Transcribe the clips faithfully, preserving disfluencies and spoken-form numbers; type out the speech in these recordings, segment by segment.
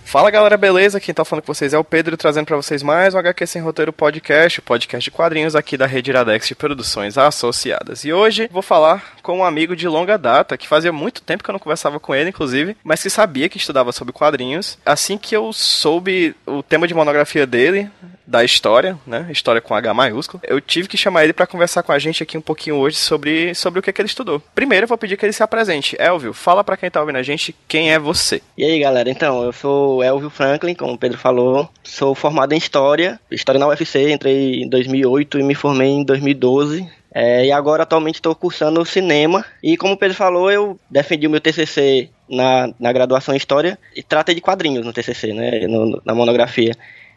Fala galera, beleza? Quem tá falando com vocês é o Pedro, trazendo pra vocês mais um H Q Sem Roteiro Podcast, o podcast de quadrinhos aqui da Rede Iradex de Produções Associadas. E hoje vou falar com um amigo de longa data, que fazia muito tempo que eu não conversava com ele, inclusive, mas que sabia que estudava sobre quadrinhos. Assim que eu soube o tema de monografia dele, da história, né? História com H maiúsculo, eu tive que chamar ele pra conversar com a gente aqui um pouquinho hoje sobre, sobre o que, que ele estudou. Primeiro eu vou pedir que ele se apresente. Elvio, fala pra quem tá ouvindo a gente quem é você. E aí galera, então, eu sou Elvio Franklin, como o Pedro falou, sou formado em História, História na U F C, entrei em dois mil e oito e me formei em dois mil e doze. É, e agora atualmente estou cursando Cinema, e como o Pedro falou, eu defendi o meu T C C na, na graduação em História, e tratei de quadrinhos no T C C, né, no, na monografia.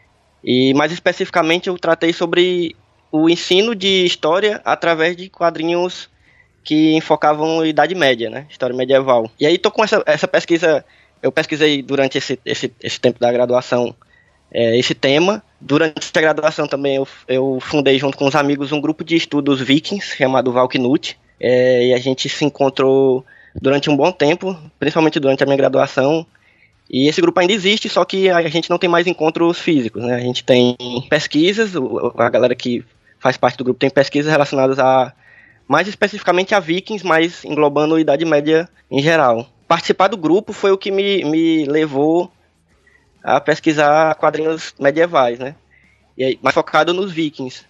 E mais especificamente eu tratei sobre o ensino de História através de quadrinhos que enfocavam a Idade Média, né, História medieval. E aí estou com essa, essa pesquisa, eu pesquisei durante esse, esse, esse tempo da graduação é, esse tema. Durante a graduação também eu, eu fundei junto com os amigos um grupo de estudos vikings chamado Valknut, é, e a gente se encontrou durante um bom tempo, principalmente durante a minha graduação. E esse grupo ainda existe, só que a gente não tem mais encontros físicos, né? A gente tem pesquisas, a galera que faz parte do grupo tem pesquisas relacionadas a, mais especificamente a vikings, mas englobando a Idade Média em geral. Participar do grupo foi o que me, me levou a pesquisar quadrinhos medievais, né? E aí, mais focado nos vikings.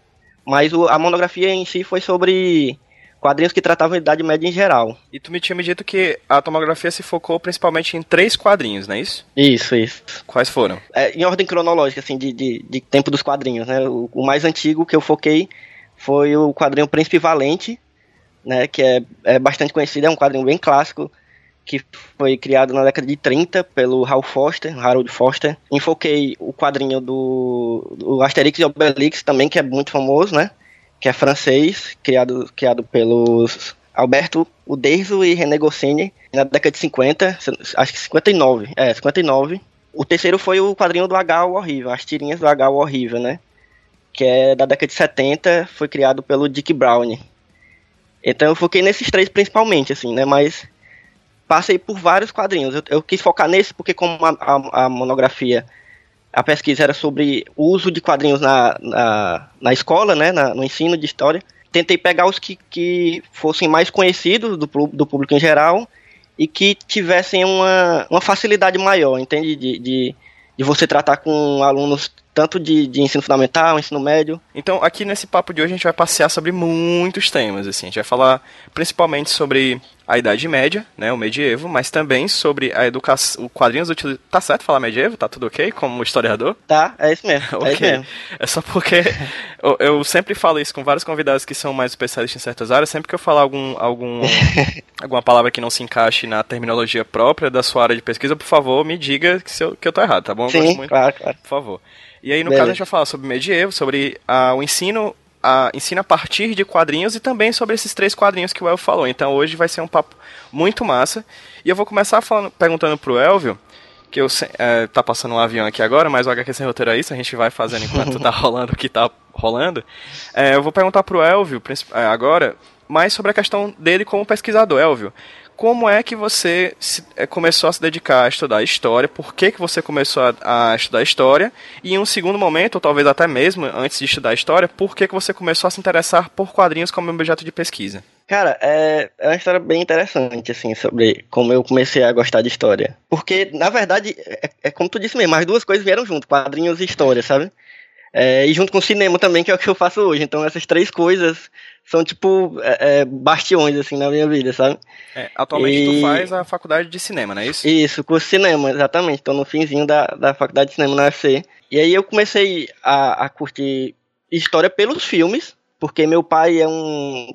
Mas o, a monografia em si foi sobre quadrinhos que tratavam a Idade Média em geral. E tu me tinha me dito que a tomografia se focou principalmente em três quadrinhos, não é isso? Isso, isso. Quais foram? É, em ordem cronológica, assim, de, de, de tempo dos quadrinhos, né? O, o mais antigo que eu foquei foi o quadrinho Príncipe Valente, né? Que é, é bastante conhecido, é um quadrinho bem clássico, que foi criado na década de trinta pelo Hal Foster, Harold Foster. Enfoquei o quadrinho do, do Asterix e Obelix também, que é muito famoso, né? Que é francês, criado, criado pelos Alberto Uderzo e René Goscinny, na década de cinquenta, acho que cinquenta e nove, é, cinquenta e nove. O terceiro foi o quadrinho do H O Horrível, as tirinhas do H O Horrível, né? Que é da década de setenta, foi criado pelo Dick Brown. Então eu foquei nesses três principalmente, assim, né? Mas passei por vários quadrinhos. Eu, eu quis focar nesse porque, como a, a, a monografia, a pesquisa era sobre o uso de quadrinhos na, na, na escola, né, na, no ensino de história. Tentei pegar os que, que fossem mais conhecidos do, do público em geral e que tivessem uma, uma facilidade maior, entende? De, de, de você tratar com alunos tanto de, de ensino fundamental, ensino médio. Então, aqui nesse papo de hoje a gente vai passear sobre muitos temas, assim. A gente vai falar principalmente sobre a Idade Média, né, o medievo, mas também sobre a educação, o quadrinhos utilizados. Tá certo falar medievo? Tá tudo ok como historiador? Tá, é isso mesmo. Ok. É isso mesmo. É só porque eu, eu sempre falo isso com vários convidados que são mais especialistas em certas áreas. Sempre que eu falar algum, algum, alguma palavra que não se encaixe na terminologia própria da sua área de pesquisa, por favor, me diga que, se eu, que eu tô errado, tá bom? Eu Sim, gosto muito. claro, claro. Por favor. E aí, no Beleza. caso, a gente vai falar sobre medievo, sobre ah, o ensino, a, ensino a partir de quadrinhos e também sobre esses três quadrinhos que o Elvio falou. Então, hoje vai ser um papo muito massa. E eu vou começar falando, perguntando pro Elvio, que eu é, tá passando um avião aqui agora, mas o H Q Sem Roteiro é isso, a gente vai fazendo enquanto tá rolando o que tá rolando. É, eu vou perguntar pro Elvio agora mais sobre a questão dele como pesquisador. Elvio, como é que você se, é, começou a se dedicar a estudar história? Por que, que você começou a, a estudar história? E em um segundo momento, ou talvez até mesmo antes de estudar história, por que, que você começou a se interessar por quadrinhos como objeto de pesquisa? Cara, é, é uma história bem interessante, assim, sobre como eu comecei a gostar de história. Porque, na verdade, é, é como tu disse mesmo, as duas coisas vieram junto, quadrinhos e história, sabe? É, e junto com o cinema também, que é o que eu faço hoje. Então essas três coisas são tipo é, é, bastiões, assim, na minha vida, sabe? É, atualmente e... tu faz a faculdade de cinema, não é isso? Isso, curso de cinema, exatamente. Estou no finzinho da, da faculdade de cinema na U F C. E aí eu comecei a, a curtir história pelos filmes, porque meu pai é um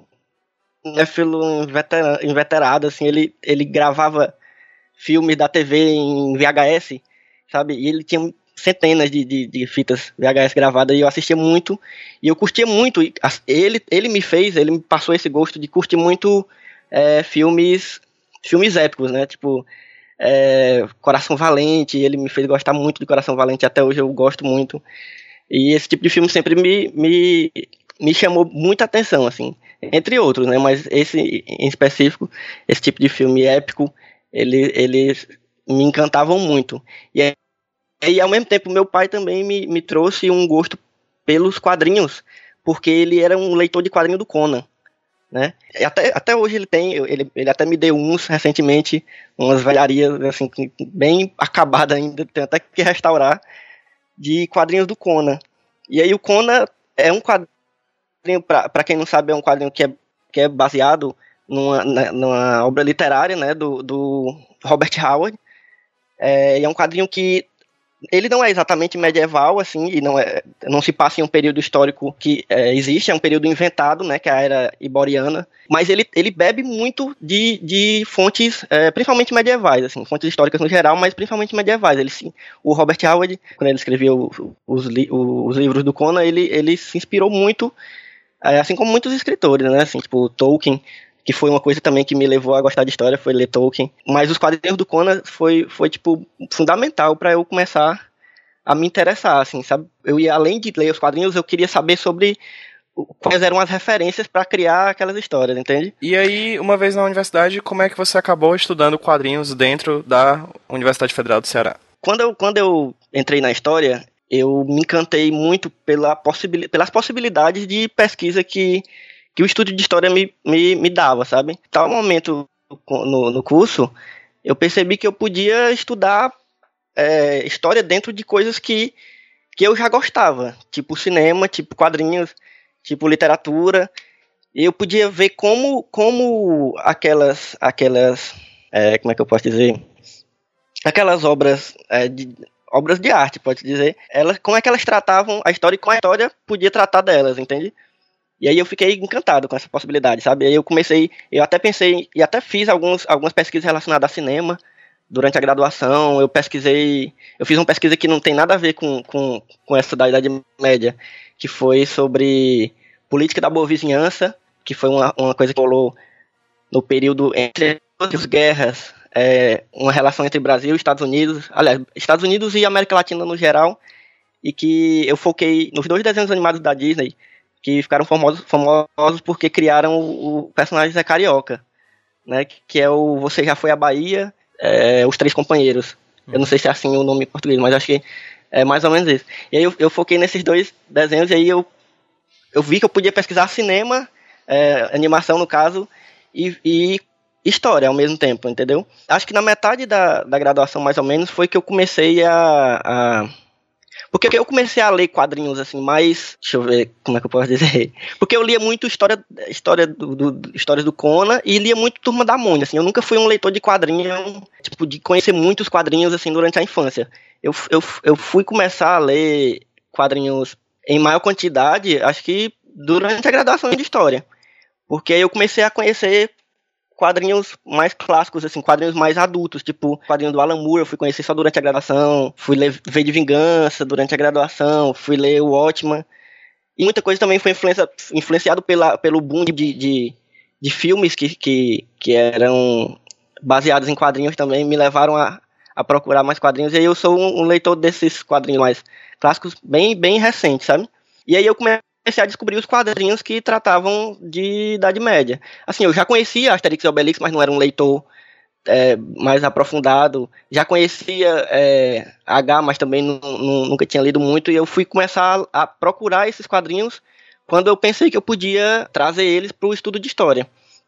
cinéfilo inveterado, inveterado, assim, ele, ele gravava filmes da T V em V H S, sabe? E ele tinha centenas de, de, de fitas V H S gravadas e eu assistia muito e eu curtia muito. Ele, ele me fez, ele me passou esse gosto de curtir muito é, filmes, filmes épicos, né? Tipo, é, Coração Valente, ele me fez gostar muito de Coração Valente, até hoje eu gosto muito. E esse tipo de filme sempre me, me, me chamou muita atenção, assim, entre outros, né? Mas esse em específico, esse tipo de filme épico, ele, ele me encantavam muito. E aí, e ao mesmo tempo, meu pai também me, me trouxe um gosto pelos quadrinhos, porque ele era um leitor de quadrinho do Conan, né? E até, até hoje ele tem, ele, ele até me deu uns recentemente, umas velharias assim, bem acabadas ainda, tem até que restaurar, de quadrinhos do Conan. E aí o Conan é um quadrinho, para quem não sabe, é um quadrinho que é, que é baseado numa, numa obra literária, né, do, do Robert Howard. É, e é um quadrinho que ele não é exatamente medieval, assim, e não, é, não se passa em um período histórico que é, existe, é um período inventado, né, que é a Era Iboriana, mas ele, ele bebe muito de, de fontes, é, principalmente medievais, assim, fontes históricas no geral, mas principalmente medievais. Ele, sim, o Robert Howard, quando ele escreveu os, li, os livros do Conan, ele, ele se inspirou muito, é, assim como muitos escritores, né, assim, tipo Tolkien, que foi uma coisa também que me levou a gostar de história, foi ler Tolkien. Mas os quadrinhos do Conan foi, foi tipo, fundamental para eu começar a me interessar, assim, sabe? Eu ia, além de ler os quadrinhos, eu queria saber sobre quais eram as referências para criar aquelas histórias, entende? E aí, uma vez na universidade, como é que você acabou estudando quadrinhos dentro da Universidade Federal do Ceará? Quando eu, quando eu entrei na história, eu me encantei muito pela possibil, pelas possibilidades de pesquisa que que o estudo de história me, me, me dava, sabe? Tal momento no, no curso, eu percebi que eu podia estudar é, história dentro de coisas que, que eu já gostava, tipo cinema, tipo quadrinhos, tipo literatura, e eu podia ver como, como aquelas, aquelas é, como é que eu posso dizer? Aquelas obras, é, de, obras de arte, pode dizer, elas, como é que elas tratavam a história e como a história podia tratar delas, entende? E aí eu fiquei encantado com essa possibilidade, sabe? Aí eu comecei, eu até pensei, e até fiz alguns, algumas pesquisas relacionadas a cinema durante a graduação. Eu pesquisei, eu fiz uma pesquisa que não tem nada a ver com, com, com essa da Idade Média, que foi sobre política da boa vizinhança, que foi uma, uma coisa que rolou no período entre as guerras, é, uma relação entre Brasil e Estados Unidos, aliás, Estados Unidos e América Latina no geral, e que eu foquei nos dois desenhos animados da Disney, que ficaram famosos, famosos porque criaram o, o personagem Zé Carioca, né, que é o Você Já Foi à Bahia, é, Os Três Companheiros. Eu não sei se é assim o nome em português, mas acho que é mais ou menos isso. E aí eu, eu foquei nesses dois desenhos, e aí eu, eu vi que eu podia pesquisar cinema, é, animação no caso, e, e história ao mesmo tempo, entendeu? Acho que na metade da, da graduação, mais ou menos, foi que eu comecei a... a Porque eu comecei a ler quadrinhos assim, mais... Deixa eu ver como é que eu posso dizer. Porque eu lia muito história, história do, do, histórias do Conan e lia muito Turma da Mônica. Assim, eu nunca fui um leitor de quadrinhos, tipo, de conhecer muitos quadrinhos assim, durante a infância. Eu, eu, eu fui começar a ler quadrinhos em maior quantidade, acho que durante a graduação de História. Porque aí eu comecei a conhecer quadrinhos mais clássicos, assim, quadrinhos mais adultos, tipo quadrinho do Alan Moore, eu fui conhecer só durante a graduação, fui ler V de Vingança durante a graduação, fui ler o Watchmen, e muita coisa também foi influencia, influenciado pela, pelo boom de, de, de filmes que, que, que eram baseados em quadrinhos também, me levaram a, a procurar mais quadrinhos, e aí eu sou um, um leitor desses quadrinhos mais clássicos, bem, bem recentes, sabe? E aí eu comecei comecei a descobrir os quadrinhos que tratavam de Idade Média. Assim, eu já conhecia Asterix e Obelix, mas não era um leitor é, mais aprofundado. Já conhecia é, H, mas também não, não, nunca tinha lido muito. E eu fui começar a, a procurar esses quadrinhos quando eu pensei que eu podia trazer eles para o estudo de história.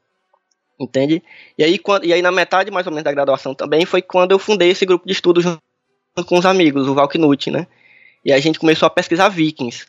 Entende? E aí, quando, e aí, na metade, mais ou menos, da graduação também, foi quando eu fundei esse grupo de estudos junto com os amigos, o Valknut, né? E aí a gente começou a pesquisar vikings.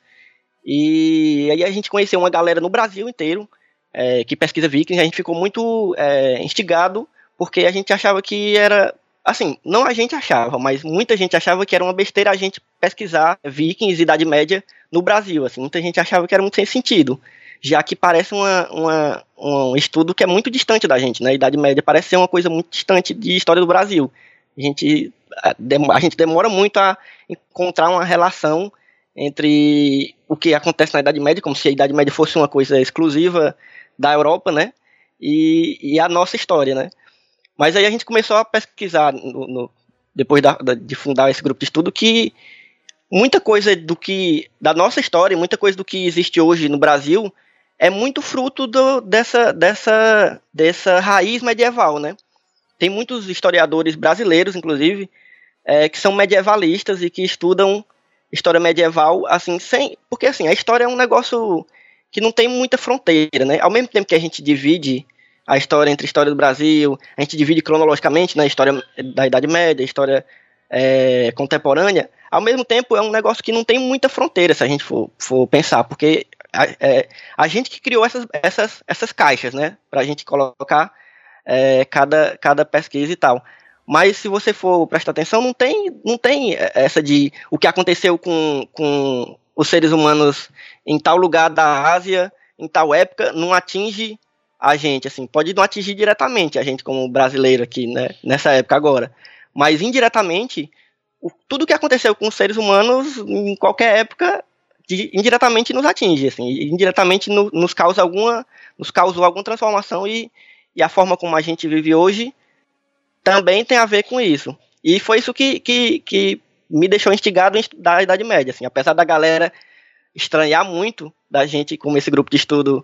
E aí a gente conheceu uma galera no Brasil inteiro é, que pesquisa vikings, e a gente ficou muito é, instigado, porque a gente achava que era, assim, não a gente achava, mas muita gente achava que era uma besteira a gente pesquisar vikings e Idade Média no Brasil, assim, muita gente achava que era muito sem sentido, já que parece uma, uma, um estudo que é muito distante da gente, né? A Idade Média parece ser uma coisa muito distante de história do Brasil. A gente, a, a gente demora muito a encontrar uma relação entre o que acontece na Idade Média, como se a Idade Média fosse uma coisa exclusiva da Europa, né, e, e a nossa história, né. Mas aí a gente começou a pesquisar, no, no, depois da, da, de fundar esse grupo de estudo, que muita coisa do que, da nossa história, muita coisa do que existe hoje no Brasil, é muito fruto do, dessa, dessa, dessa raiz medieval, né. tem muitos historiadores brasileiros, inclusive, é, que são medievalistas e que estudam história medieval, assim, sem... Porque, assim, a história é um negócio que não tem muita fronteira, né? Ao mesmo tempo que a gente divide a história entre a história do Brasil, a gente divide cronologicamente, né, a história da Idade Média, a história é, contemporânea, ao mesmo tempo é um negócio que não tem muita fronteira, se a gente for, for pensar, porque a, é, a gente que criou essas, essas, essas caixas, né, pra gente colocar é, cada, cada pesquisa e tal. Mas se você for prestar atenção, não tem, não tem essa de o que aconteceu com, com os seres humanos em tal lugar da Ásia, em tal época, não atinge a gente, assim, pode não atingir diretamente a gente como brasileiro aqui, né, nessa época agora, mas indiretamente, o, tudo que aconteceu com os seres humanos em qualquer época, de, indiretamente nos atinge, assim, indiretamente no, nos causa alguma, nos causou alguma transformação e, e a forma como a gente vive hoje também tem a ver com isso. E foi isso que, que, que me deixou instigado da Idade Média, assim, apesar da galera estranhar muito da gente como esse grupo de estudo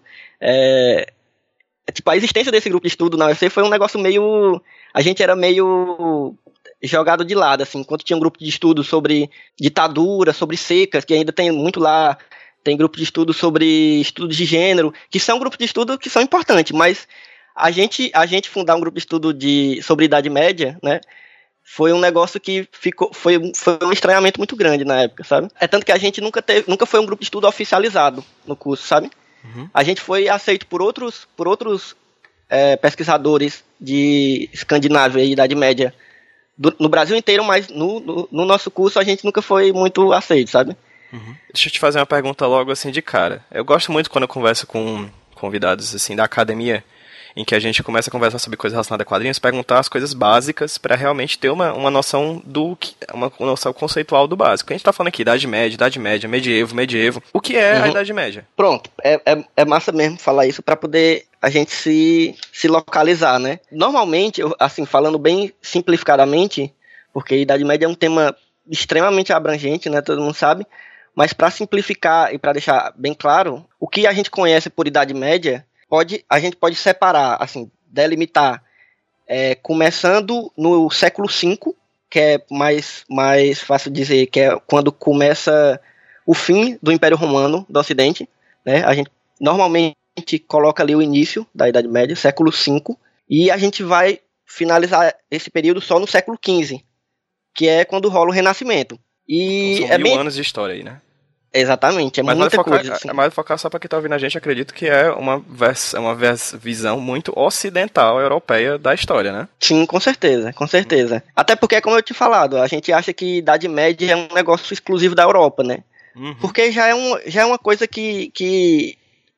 é, tipo, a existência desse grupo de estudo na U F C foi um negócio meio... A gente era meio jogado de lado, assim, enquanto tinha um grupo de estudo sobre ditadura, sobre secas, que ainda tem muito lá, tem grupo de estudo sobre estudos de gênero, que são grupos de estudo que são importantes, mas a gente, a gente fundar um grupo de estudo de, sobre Idade Média, né, foi um negócio que ficou, foi, foi um estranhamento muito grande na época, sabe? É tanto que a gente nunca, teve, nunca foi um grupo de estudo oficializado no curso, sabe? Uhum. A gente foi aceito por outros, por outros é, pesquisadores de Escandinávia e Idade Média do, no Brasil inteiro, mas no, no, no nosso curso a gente nunca foi muito aceito, sabe? Uhum. Deixa eu te fazer uma pergunta logo assim de cara. Eu gosto muito quando eu converso com convidados assim da academia, em que a gente começa a conversar sobre coisas relacionadas a quadrinhos, perguntar as coisas básicas para realmente ter uma, uma noção do que, uma noção conceitual do básico. A gente tá falando aqui Idade Média, Idade Média, medievo, medievo. O que é uhum. a Idade Média? Pronto, é, é, é massa mesmo falar isso para poder a gente se, se localizar, né? Normalmente, eu, assim, falando bem simplificadamente, porque Idade Média é um tema extremamente abrangente, né? Todo mundo sabe. Mas para simplificar e para deixar bem claro, o que a gente conhece por Idade Média, Pode, a gente pode separar, assim, delimitar, é, começando no século cinco, que é mais, mais fácil dizer, que é quando começa o fim do Império Romano do Ocidente, né? A gente normalmente coloca ali o início da Idade Média, século cinco, e a gente vai finalizar esse período só no século quinze, que é quando rola o Renascimento. E então são é mil bem... anos de história aí, né? Exatamente, é Mas muita focar, coisa. Assim. É mais focar só para quem tá ouvindo a gente, acredito que é uma, vers, uma vers, visão muito ocidental, europeia da história, né? Sim, com certeza, com certeza. Uhum. Até porque, como eu te falado, a gente acha que Idade Média é um negócio exclusivo da Europa, né? Uhum. Porque já é, um, já é uma coisa que, que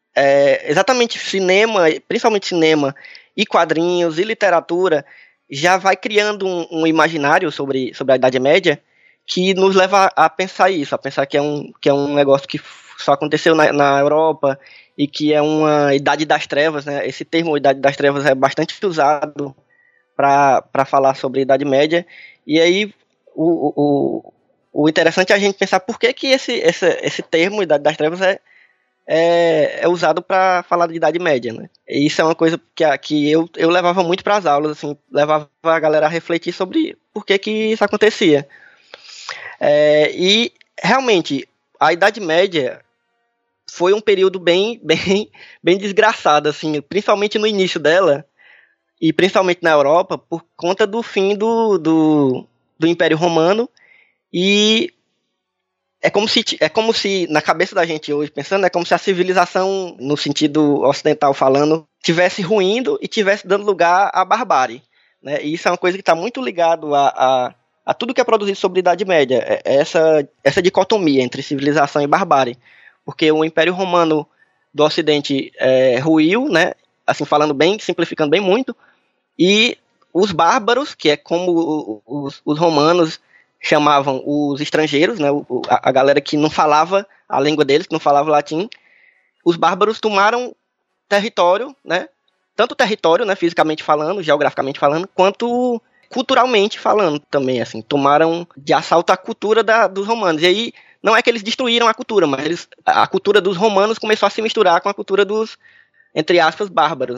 é, exatamente cinema, principalmente cinema e quadrinhos e literatura, já vai criando um, um imaginário sobre, sobre a Idade Média que nos leva a pensar isso, a pensar que é um, que é um negócio que só aconteceu na, na Europa e que é uma Idade das Trevas, né? Esse termo Idade das Trevas é bastante usado para falar sobre a Idade Média. E aí o, o, o interessante é a gente pensar por que, que esse, esse, esse termo Idade das Trevas é, é, é usado para falar de Idade Média, né? E isso é uma coisa que, que eu, eu levava muito para as aulas, assim, levava a galera a refletir sobre por que, que isso acontecia. É, e realmente a Idade Média foi um período bem, bem, bem desgraçado, assim, principalmente no início dela e principalmente na Europa por conta do fim do, do, do Império Romano. E é como se é como se na cabeça da gente hoje pensando é como se a civilização no sentido ocidental falando tivesse ruindo e tivesse dando lugar à barbárie, né? E isso é uma coisa que está muito ligado a, a a tudo que é produzido sobre a Idade Média, essa, essa dicotomia entre civilização e barbárie, porque o Império Romano do Ocidente é, ruiu, né, assim, falando bem, simplificando bem muito, e os bárbaros, que é como os, os romanos chamavam os estrangeiros, né, a, a galera que não falava a língua deles, que não falava latim, os bárbaros tomaram território, né, tanto território, né, fisicamente falando, geograficamente falando, quanto culturalmente falando também, assim, tomaram de assalto a cultura da, dos romanos. E aí, não é que eles destruíram a cultura, mas eles, a cultura dos romanos começou a se misturar com a cultura dos, entre aspas, bárbaros, né?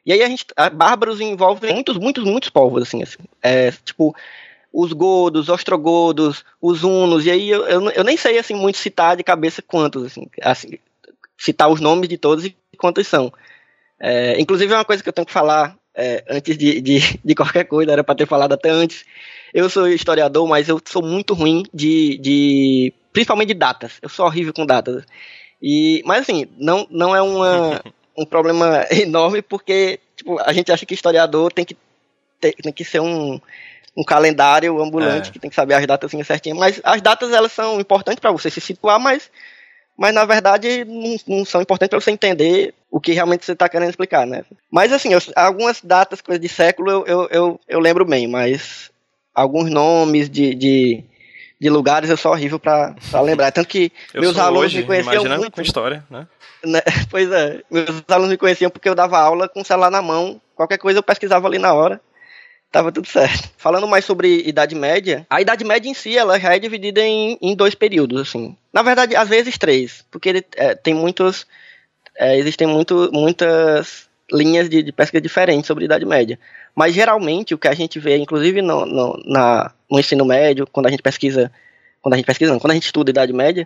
E aí a gente, a bárbaros envolve muitos, muitos, muitos povos, assim, assim é, tipo, os godos, ostrogodos, os hunos, e aí eu, eu, eu nem sei, assim, muito citar de cabeça quantos, assim, assim citar os nomes de todos e quantos são. É, inclusive é uma coisa que eu tenho que falar é, antes de, de, de qualquer coisa, era para ter falado até antes. Eu sou historiador, mas eu sou muito ruim de, de principalmente de datas. Eu sou horrível com datas. E, mas assim, não, não é uma, um problema enorme, porque tipo, a gente acha que historiador tem que, ter, tem que ser um, um calendário ambulante, é. que tem que saber as datas assim, certinho. Mas as datas elas são importantes para você se situar, mas, mas na verdade não, não são importantes para você entender o que realmente você está querendo explicar, né? Mas assim, eu, algumas datas, coisas de século, eu, eu, eu, eu lembro bem, mas alguns nomes de, de, de lugares eu sou horrível para lembrar. Tanto que eu meus alunos hoje, me conheciam muito. Com história, né? né? Pois é, meus alunos me conheciam porque eu dava aula com o celular na mão, qualquer coisa eu pesquisava ali na hora. Tava tudo certo. Falando mais sobre Idade Média, a Idade Média em si, ela já é dividida em, em dois períodos, assim. Na verdade, às vezes três, porque ele, é, tem muitos, é, existem muito, muitas linhas de, de pesquisa diferentes sobre a Idade Média. Mas, geralmente, o que a gente vê, inclusive no, no, na, no ensino médio, quando a gente pesquisa, quando a gente pesquisa não, quando a gente estuda a Idade Média,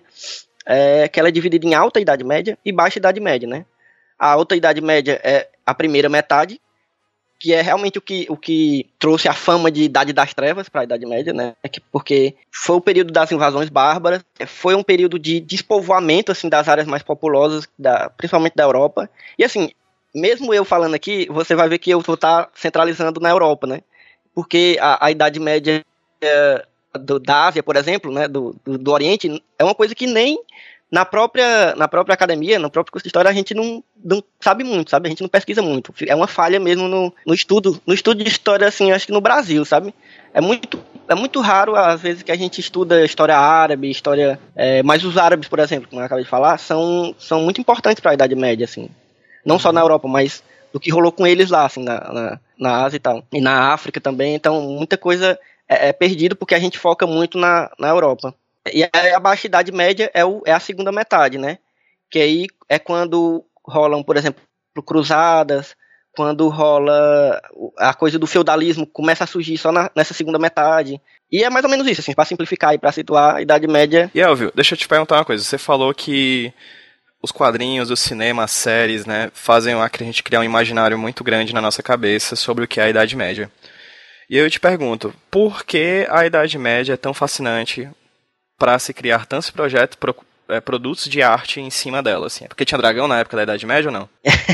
é que ela é dividida em Alta Idade Média e Baixa Idade Média, né? A Alta Idade Média é a primeira metade, que é realmente o que, o que trouxe a fama de Idade das Trevas para a Idade Média, né? Porque foi o período das invasões bárbaras, foi um período de despovoamento assim, das áreas mais populosas, da, principalmente da Europa. E assim, mesmo eu falando aqui, você vai ver que eu vou estar centralizando na Europa, né? Porque a, a Idade Média é, do, da Ásia, por exemplo, né? do, do, do Oriente, é uma coisa que nem... Na própria, na própria academia, no próprio curso de história, a gente não, não sabe muito, sabe? A gente não pesquisa muito. É uma falha mesmo no, no estudo, no estudo de história, assim, acho que no Brasil, sabe? É muito, é muito raro, às vezes, que a gente estuda história árabe, história... É, mas os árabes, por exemplo, como eu acabei de falar, são, são muito importantes para a Idade Média, assim. Não só na Europa, mas do que rolou com eles lá, assim, na, na, na Ásia e tal. E na África também, então muita coisa é, é perdido porque a gente foca muito na, na Europa. E a Baixa Idade Média é, o, é a segunda metade, né? Que aí é quando rolam, por exemplo, cruzadas, quando rola a coisa do feudalismo, começa a surgir só na, nessa segunda metade. E é mais ou menos isso, assim, para simplificar e para situar a Idade Média. E Elvio, deixa eu te perguntar uma coisa. Você falou que os quadrinhos, o cinema, as séries, né, fazem a gente criar um imaginário muito grande na nossa cabeça sobre o que é a Idade Média. E eu te pergunto, por que a Idade Média é tão fascinante para se criar tantos projetos, pro, é, produtos de arte em cima dela, assim? Porque tinha dragão na época da Idade Média ou não?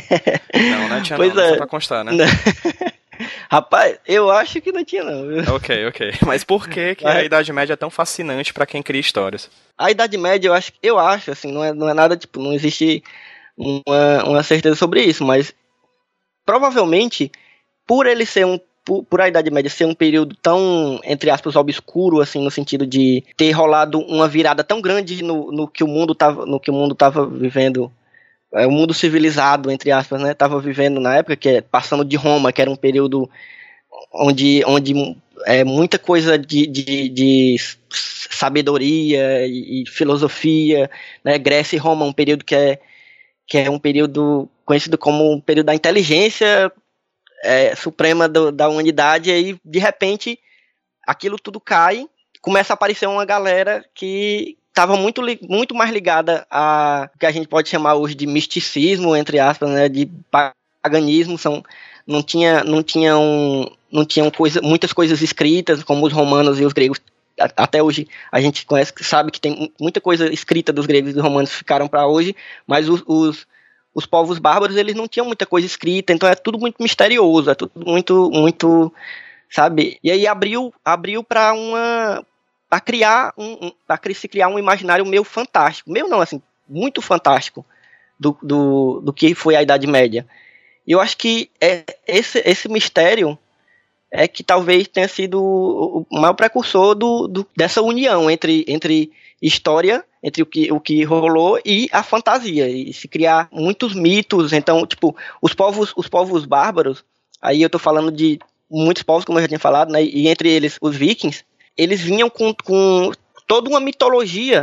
Não, não tinha pois não, é. Só pra constar, né? Rapaz, eu acho que não tinha não. Ok, ok. Mas por que, que a Idade Média é tão fascinante para quem cria histórias? A Idade Média, eu acho, eu acho assim, não é, não é nada, tipo, não existe uma, uma certeza sobre isso, mas provavelmente, por ele ser um Por, por a Idade Média ser um período tão, entre aspas, obscuro, assim, no sentido de ter rolado uma virada tão grande no, no que o mundo tava, no que o mundo tava vivendo, é, o mundo civilizado, entre aspas, né, tava vivendo na época, que é passando de Roma, que era um período onde, onde é, muita coisa de, de, de sabedoria e, e filosofia, né, Grécia e Roma, um período que é, que é um período conhecido como um período da inteligência É, suprema do, da humanidade, e aí, de repente, aquilo tudo cai, começa a aparecer uma galera que estava muito, muito mais ligada a que a gente pode chamar hoje de misticismo, entre aspas, né, de paganismo, são, não tinha, não tinham, não tinham coisa, muitas coisas escritas, como os romanos e os gregos, até hoje a gente conhece, sabe que tem muita coisa escrita dos gregos e dos romanos que ficaram para hoje, mas os, os Os povos bárbaros, eles não tinham muita coisa escrita, então é tudo muito misterioso, é tudo muito, muito, sabe? E aí abriu, abriu para uma, para criar um, um para se criar um imaginário meio fantástico, meio não, assim, muito fantástico do, do, do que foi a Idade Média. E eu acho que é esse, esse mistério é que talvez tenha sido o maior precursor do, do, dessa união entre, entre história, entre o que, o que rolou e a fantasia, e se criar muitos mitos. Então, tipo, os povos, os povos bárbaros, aí eu tô falando de muitos povos, como eu já tinha falado, né, e entre eles os vikings, eles vinham com, com toda uma mitologia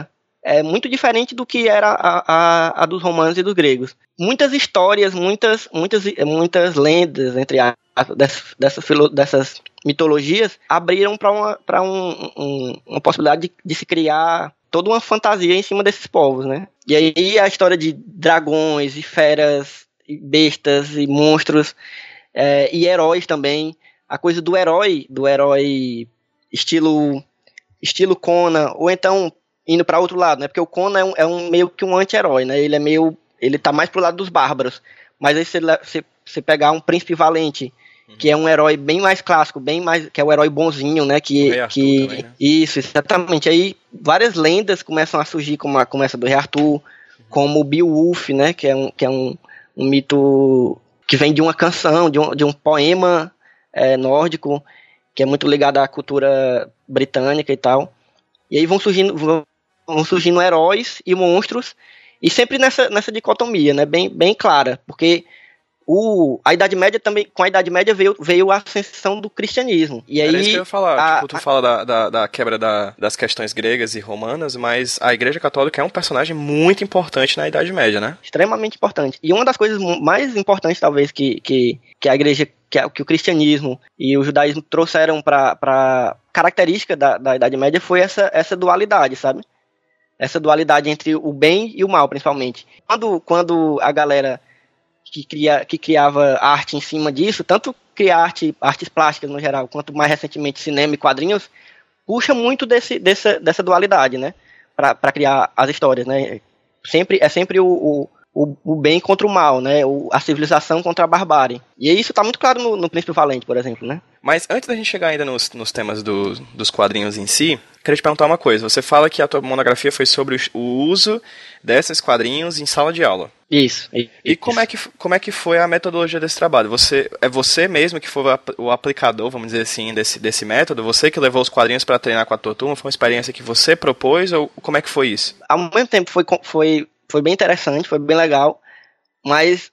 é muito diferente do que era a, a, a dos romanos e dos gregos. Muitas histórias, muitas, muitas, muitas lendas, entre as dessas, dessas, dessas mitologias, abriram para uma, pra um, um, uma possibilidade de, de se criar toda uma fantasia em cima desses povos, né? E aí a história de dragões, e feras, e bestas, e monstros, é, e heróis também. A coisa do herói, do herói estilo, estilo Conan, ou então indo para outro lado, né? Porque o Conan é, um, é um, meio que um anti-herói, né? Ele é meio, ele tá mais pro lado dos bárbaros. Mas aí você, você, você pegar um Príncipe Valente, uhum, que é um herói bem mais clássico, bem mais, que é o herói bonzinho, né? Que, o Rei Arthur que também, né? Isso, exatamente. Aí várias lendas começam a surgir, como, a, como essa do Rei Arthur, uhum, como o Beowulf, né? Que é um, que é um, um mito que vem de uma canção, de um, de um poema é, nórdico, que é muito ligado à cultura britânica e tal. E aí vão surgindo, vão surgindo heróis e monstros, e sempre nessa, nessa dicotomia, né, bem, bem clara, porque o, a Idade Média também, com a Idade Média veio, veio a ascensão do cristianismo. E Era aí, isso que eu ia falar, a, tipo, tu a... fala da, da, da quebra da, das questões gregas e romanas, mas a Igreja Católica é um personagem muito importante na Idade Média, né? Extremamente importante. E uma das coisas mais importantes, talvez, que, que, que a Igreja, que, a, que o cristianismo e o judaísmo trouxeram para para característica da, da Idade Média foi essa, essa dualidade, sabe? Essa dualidade entre o bem e o mal, principalmente. Quando, quando a galera que, cria, que criava arte em cima disso, tanto criar arte, artes plásticas no geral, quanto mais recentemente cinema e quadrinhos, puxa muito desse, dessa, dessa dualidade, né? Para criar as histórias, né? Sempre, é sempre o, o, o, o bem contra o mal, né? O, a civilização contra a barbárie. E isso está muito claro no, no Príncipe Valente, por exemplo, né? Mas antes da gente chegar ainda nos, nos temas do, dos quadrinhos em si, queria te perguntar uma coisa. Você fala que a tua monografia foi sobre o uso desses quadrinhos em sala de aula. Isso. isso. E como é, que, como é que foi a metodologia desse trabalho? Você, é você mesmo que foi o aplicador, vamos dizer assim, desse, desse método? Você que levou os quadrinhos para treinar com a tua turma? Foi uma experiência que você propôs ou como é que foi isso? Ao mesmo tempo foi, foi, foi bem interessante, foi bem legal, mas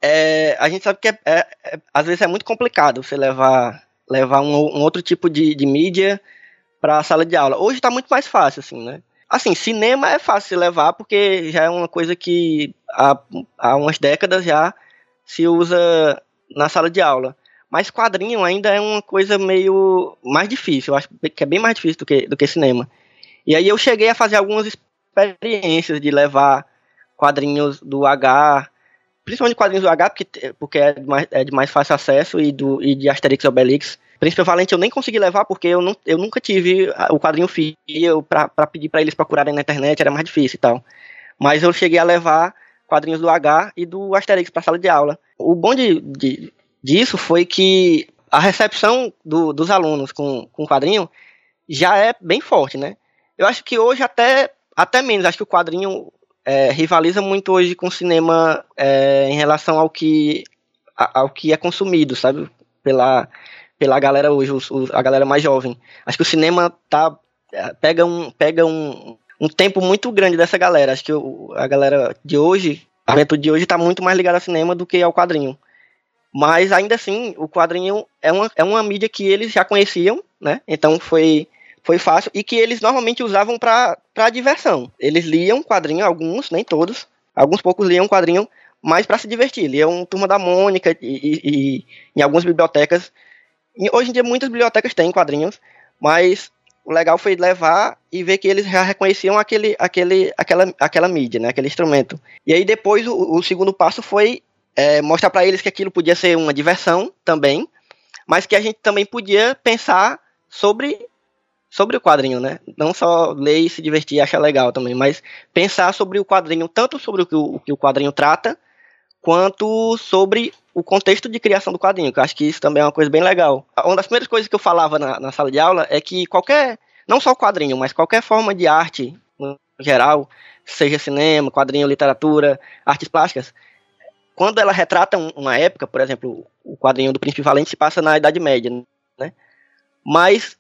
é, a gente sabe que é, é, é, às vezes é muito complicado você levar, levar um, um outro tipo de, de mídia para a sala de aula. Hoje está muito mais fácil, assim, né? Assim, cinema é fácil de levar porque já é uma coisa que há, há umas décadas já se usa na sala de aula. Mas quadrinho ainda é uma coisa meio mais difícil, eu acho que é bem mais difícil do que, do que cinema. E aí eu cheguei a fazer algumas experiências de levar quadrinhos do H, principalmente quadrinhos do H, porque, porque é, de mais, é de mais fácil acesso, e, do, e de Asterix e Obelix. Príncipe Valente eu nem consegui levar porque eu, não, eu nunca tive o quadrinho físico pra, pra pedir pra eles procurarem na internet, era mais difícil e tal. Mas eu cheguei a levar quadrinhos do H e do Asterix pra sala de aula. O bom de, de, disso foi que a recepção do, dos alunos com, com o quadrinho já é bem forte, né? Eu acho que hoje até, até menos, acho que o quadrinho é, rivaliza muito hoje com o cinema é, em relação ao que, ao que é consumido, sabe? Pela... pela galera hoje, os, os, a galera mais jovem. Acho que o cinema tá, pega, um, pega um, um tempo muito grande dessa galera. Acho que o, a galera de hoje, a juventude de hoje tá muito mais ligada ao cinema do que ao quadrinho. Mas ainda assim, o quadrinho é uma, é uma mídia que eles já conheciam, né? Então foi, foi fácil, e que eles normalmente usavam para diversão. Eles liam quadrinho, alguns, nem todos, alguns poucos liam quadrinho, mas para se divertir. Liam Turma da Mônica e, e, e em algumas bibliotecas. Hoje em dia muitas bibliotecas têm quadrinhos, mas o legal foi levar e ver que eles já reconheciam aquele, aquele, aquela, aquela mídia, né, aquele instrumento. E aí depois o, o segundo passo foi é, mostrar para eles que aquilo podia ser uma diversão também, mas que a gente também podia pensar sobre, sobre o quadrinho, né? Não só ler e se divertir e achar legal também, mas pensar sobre o quadrinho, tanto sobre o que o, o, que o quadrinho trata, quanto sobre o contexto de criação do quadrinho, que eu acho que isso também é uma coisa bem legal. Uma das primeiras coisas que eu falava na, na sala de aula é que qualquer, não só o quadrinho, mas qualquer forma de arte, no geral, seja cinema, quadrinho, literatura, artes plásticas, quando ela retrata uma época, por exemplo, o quadrinho do Príncipe Valente se passa na Idade Média, né? Mas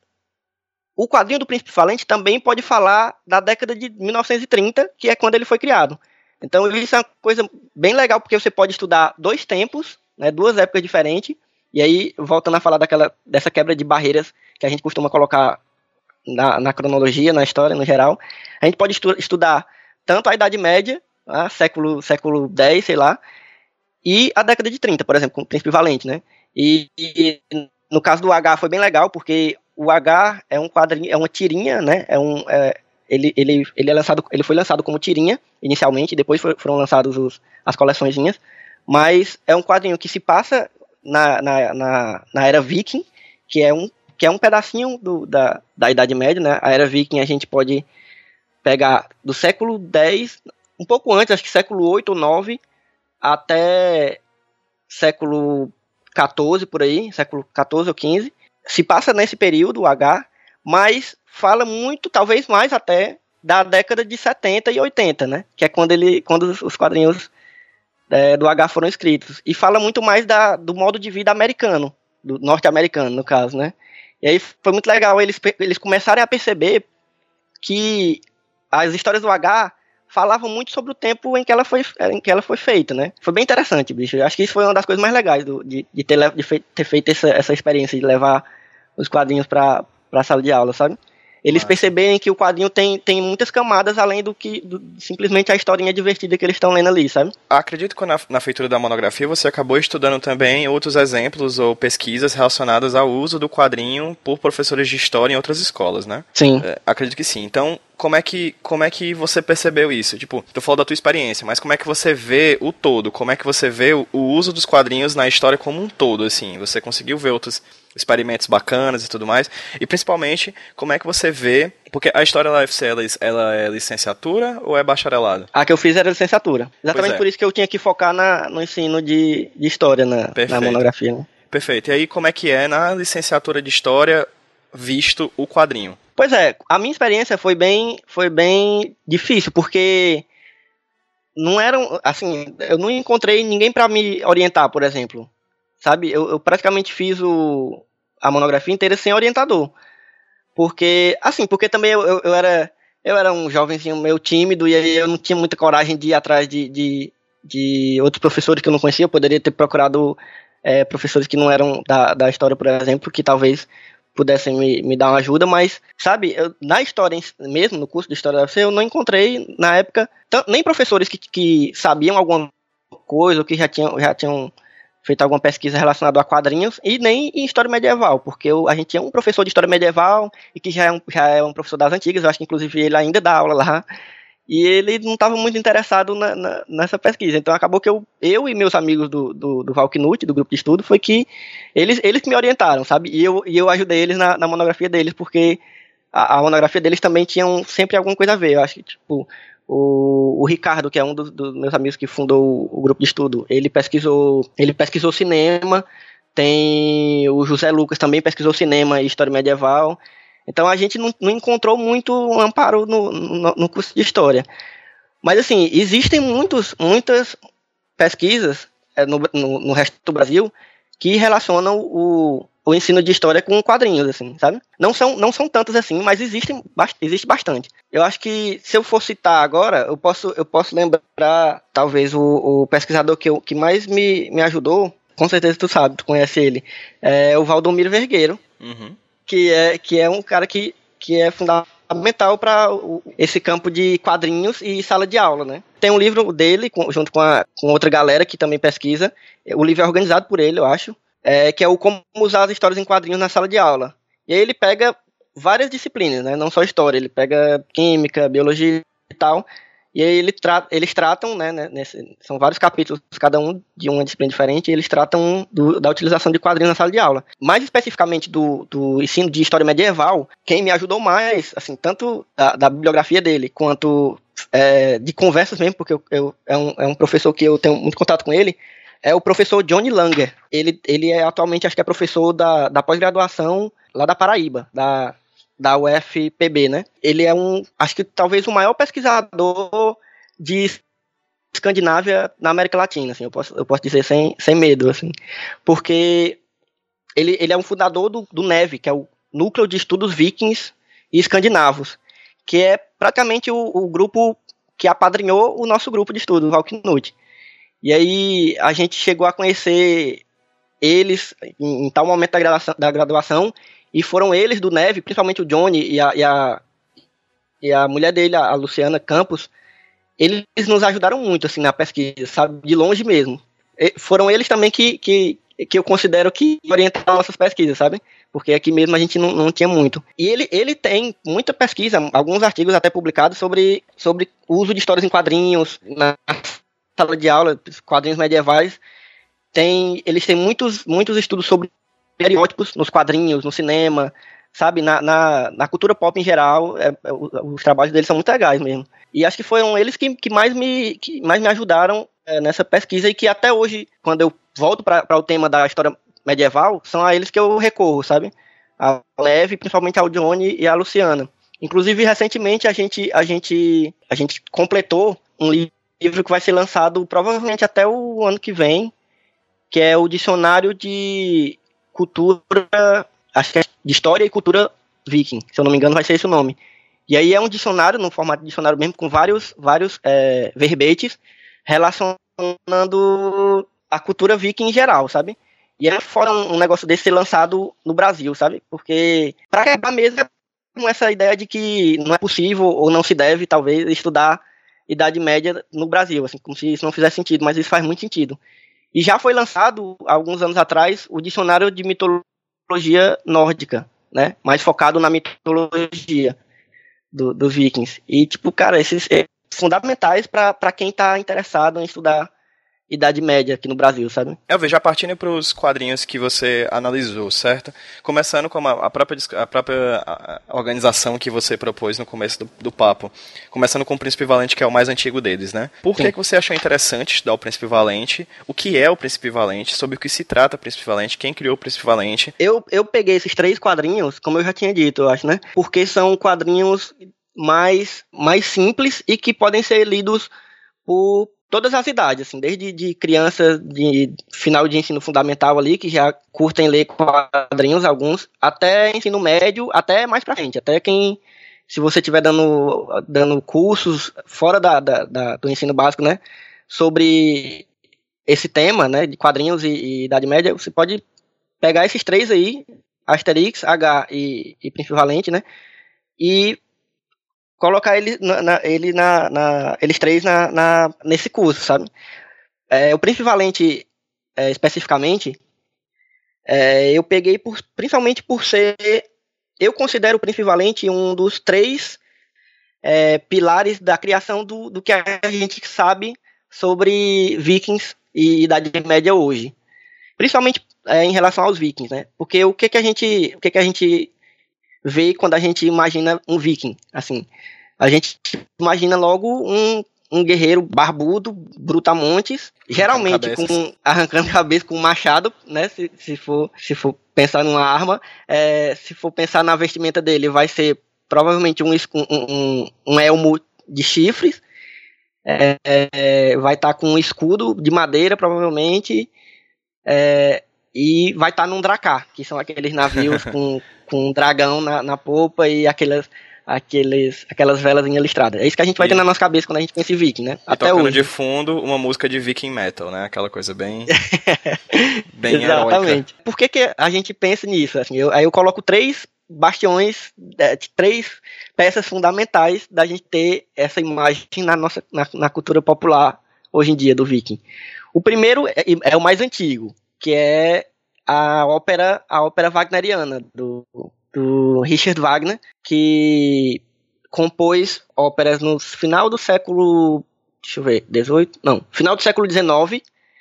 o quadrinho do Príncipe Valente também pode falar da década de mil novecentos e trinta, que é quando ele foi criado. Então isso é uma coisa bem legal, porque você pode estudar dois tempos, né, duas épocas diferentes, e aí, voltando a falar daquela, dessa quebra de barreiras que a gente costuma colocar na, na cronologia, na história, no geral, a gente pode estu, estudar tanto a Idade Média, né, século, século X, sei lá, e a década de trinta, por exemplo, com o Príncipe Valente, né? E, e no caso do H foi bem legal, porque o H é um quadrinho, é uma tirinha, né? É um, é, ele, ele, ele, é lançado, ele foi lançado como tirinha, inicialmente, depois foram lançados os, as coleçõezinhas, mas é um quadrinho que se passa na, na, na, na Era Viking, que é um, que é um pedacinho do, da, da Idade Média, né? A Era Viking a gente pode pegar do século X, um pouco antes, acho que século oito ou nove, até século quatorze, por aí, século quatorze ou quinze, se passa nesse período, o H, mas fala muito, talvez mais até, da década de setenta e oitenta, né? Que é quando, ele, quando os quadrinhos é, do H foram escritos. E fala muito mais da, do modo de vida americano, do norte-americano, no caso, né? E aí foi muito legal eles, eles começarem a perceber que as histórias do H falavam muito sobre o tempo em que ela foi, em que ela foi feita, né? Foi bem interessante, bicho. Eu acho que isso foi uma das coisas mais legais do, de, de, ter, de fe, ter feito essa, essa experiência de levar os quadrinhos para a sala de aula, sabe? Eles Nossa. perceberem que o quadrinho tem, tem muitas camadas além do que do, simplesmente a historinha divertida que eles estão lendo ali, sabe? Acredito que na, na feitura da monografia você acabou estudando também outros exemplos ou pesquisas relacionadas ao uso do quadrinho por professores de história em outras escolas, né? Sim. É, acredito que sim. Então, como é que, como é que você percebeu isso? Tipo, tu falou da tua experiência, mas como é que você vê o todo? Como é que você vê o, o uso dos quadrinhos na história como um todo, assim? Você conseguiu ver outros experimentos bacanas e tudo mais? E principalmente, como é que você vê... Porque a história da U F C, ela, ela é licenciatura ou é bacharelado? A que eu fiz era licenciatura. Exatamente é. Por isso que eu tinha que focar na, no ensino de, de história na, na monografia. Né? Perfeito. E aí, como é que é na licenciatura de história visto o quadrinho? Pois é, a minha experiência foi bem, foi bem difícil, porque não eram, assim, eu não encontrei ninguém para me orientar, por exemplo. Sabe, eu, eu praticamente fiz o, a monografia inteira sem orientador. Porque, assim, porque também eu, eu, eu, era, eu era um jovenzinho meio tímido e aí eu não tinha muita coragem de ir atrás de, de, de outros professores que eu não conhecia. Eu poderia ter procurado é, professores que não eram da, da história, por exemplo, que talvez pudessem me, me dar uma ajuda, mas, sabe, eu, na história mesmo, no curso de História da U F C, eu não encontrei, na época, nem professores que, que sabiam alguma coisa ou que já tinham... Já tinham feito alguma pesquisa relacionada a quadrinhos, e nem em história medieval, porque eu, a gente tinha um professor de história medieval, e que já é, um, já é um professor das antigas, eu acho que inclusive ele ainda dá aula lá, e ele não estava muito interessado na, na, nessa pesquisa, então acabou que eu, eu e meus amigos do, do, do Valknut, do grupo de estudo, foi que eles, eles me orientaram, sabe, e eu, e eu ajudei eles na, na monografia deles, porque a, a monografia deles também tinha um, sempre alguma coisa a ver, eu acho que, tipo... O, o Ricardo, que é um dos, dos meus amigos que fundou o, o grupo de estudo, ele pesquisou, ele pesquisou cinema, tem o José Lucas também pesquisou cinema e história medieval, então a gente não, não encontrou muito amparo no, no, no curso de história. Mas assim, existem muitos, muitas pesquisas é, no, no, no resto do Brasil que relacionam o, o ensino de história com quadrinhos, assim, sabe? Não são, não são tantos assim, mas existem, existe bastante. Eu acho que, se eu for citar agora, eu posso, eu posso lembrar, talvez, o, o pesquisador que, eu, que mais me, me ajudou, com certeza tu sabe, tu conhece ele, é o Valdomiro Vergueiro, uhum. que, é, que é um cara que, que é fundamental para esse campo de quadrinhos e sala de aula, né? Tem um livro dele, com, junto com, a, com outra galera que também pesquisa, o livro é organizado por ele, eu acho, é, que é o Como Usar as Histórias em Quadrinhos na Sala de Aula. E aí ele pega várias disciplinas, né? Não só história, ele pega química, biologia e tal, e aí ele tra- eles tratam, né, nesse, são vários capítulos, cada um de uma disciplina diferente, e eles tratam do, da utilização de quadrinhos na sala de aula. Mais especificamente do, do ensino de história medieval, quem me ajudou mais, assim, tanto da, da bibliografia dele, quanto é, de conversas mesmo, porque eu, eu, é, um, é um professor que eu tenho muito contato com ele, é o professor Johnny Langer. Ele, ele é atualmente, acho que é professor da, da pós-graduação lá da Paraíba, da, da U F P B, né? Ele é um, acho que talvez o maior pesquisador de Escandinávia na América Latina, assim, eu posso, eu posso dizer sem, sem medo, assim, porque ele, ele é um fundador do, do NEV, que é o Núcleo de Estudos Vikings e Escandinavos, que é praticamente o, o grupo que apadrinhou o nosso grupo de estudo, o Valknut. E aí a gente chegou a conhecer eles em, em tal momento da graduação, da graduação, E foram eles do Neve, principalmente o Johnny e a, e a, e a mulher dele, a Luciana Campos, eles nos ajudaram muito, assim, na pesquisa, sabe? De longe mesmo. E foram eles também que, que, que eu considero que orientaram nossas pesquisas, sabe? Porque aqui mesmo a gente não, não tinha muito. E ele, ele tem muita pesquisa, alguns artigos até publicados sobre, sobre o uso de histórias em quadrinhos, na sala de aula, quadrinhos medievais. Tem, eles têm muitos, muitos estudos sobre estereótipos nos quadrinhos, no cinema, sabe? Na, na, na cultura pop em geral, é, é, os trabalhos deles são muito legais mesmo. E acho que foram eles que, que, mais, me, que mais me ajudaram é, nessa pesquisa e que até hoje, quando eu volto para o tema da história medieval, são a eles que eu recorro, sabe? A Leve, principalmente ao Johnny e a Luciana. Inclusive, recentemente, a gente, a gente, a gente completou um livro que vai ser lançado provavelmente até o ano que vem, que é o Dicionário de Cultura, acho que é de História e Cultura Viking, se eu não me engano vai ser esse o nome. E aí é um dicionário, no formato de dicionário mesmo, com vários, vários é, verbetes relacionando a cultura viking em geral, sabe? E é fora um, um negócio desse ser lançado no Brasil, sabe? Porque para quebrar mesmo com essa ideia de que não é possível ou não se deve, talvez, estudar Idade Média no Brasil, assim, como se isso não fizesse sentido, mas isso faz muito sentido. E já foi lançado, alguns anos atrás, o Dicionário de Mitologia Nórdica, né? Mais focado na mitologia do, dos vikings. E, tipo, cara, esses são fundamentais para quem tá interessado em estudar Idade Média aqui no Brasil, sabe? Eu vejo, já partindo para os quadrinhos que você analisou, certo? Começando com a, a própria, a própria a, a organização que você propôs no começo do, do papo. Começando com o Príncipe Valente, que é o mais antigo deles, né? Por que, que você achou interessante estudar o Príncipe Valente? O que é o Príncipe Valente? Sobre o que se trata o Príncipe Valente? Quem criou o Príncipe Valente? Eu, eu peguei esses três quadrinhos, como eu já tinha dito, eu acho, né? Porque são quadrinhos mais, mais simples e que podem ser lidos por todas as idades, assim, desde de crianças de final de ensino fundamental ali, que já curtem ler quadrinhos, alguns, até ensino médio, até mais pra frente, até quem, se você estiver dando, dando cursos fora da, da, da, do ensino básico, né, sobre esse tema, né, de quadrinhos e, e Idade Média, você pode pegar esses três aí, Asterix, H e, e Príncipe Valente, né, e colocar ele na, na, ele na, na, eles três na, na, nesse curso, sabe? É, o Príncipe Valente, é, especificamente, é, eu peguei por, principalmente por ser... Eu considero o Príncipe Valente um dos três é, pilares da criação do, do que a gente sabe sobre vikings e Idade Média hoje. Principalmente é, em relação aos vikings, né? Porque o que, que a gente... O que, que a gente vê quando a gente imagina um viking, assim, a gente imagina logo um, um guerreiro barbudo, brutamontes, geralmente com, arrancando cabeça com um machado, né, se, se, for, se for pensar numa arma, é, se for pensar na vestimenta dele, vai ser provavelmente um, um, um elmo de chifres, é, é, vai estar tá com um escudo de madeira, provavelmente, é, e vai estar tá num dracar, que são aqueles navios com, com um dragão na, na popa e aquelas, aqueles, aquelas velas listradas. É isso que a gente vai e, ter na nossa cabeça quando a gente pensa em viking, né? E até tocando hoje. De fundo uma música de viking metal, né? Aquela coisa bem, bem exatamente. Heróica. Por que, que a gente pensa nisso? Assim, eu, aí eu coloco três bastiões, três peças fundamentais da gente ter essa imagem na, nossa, na, na cultura popular hoje em dia do viking. O primeiro é, é o mais antigo, que é a ópera, a ópera wagneriana do, do Richard Wagner, que compôs óperas no final do século, deixa eu ver, dezoito, não, final do século dezenove.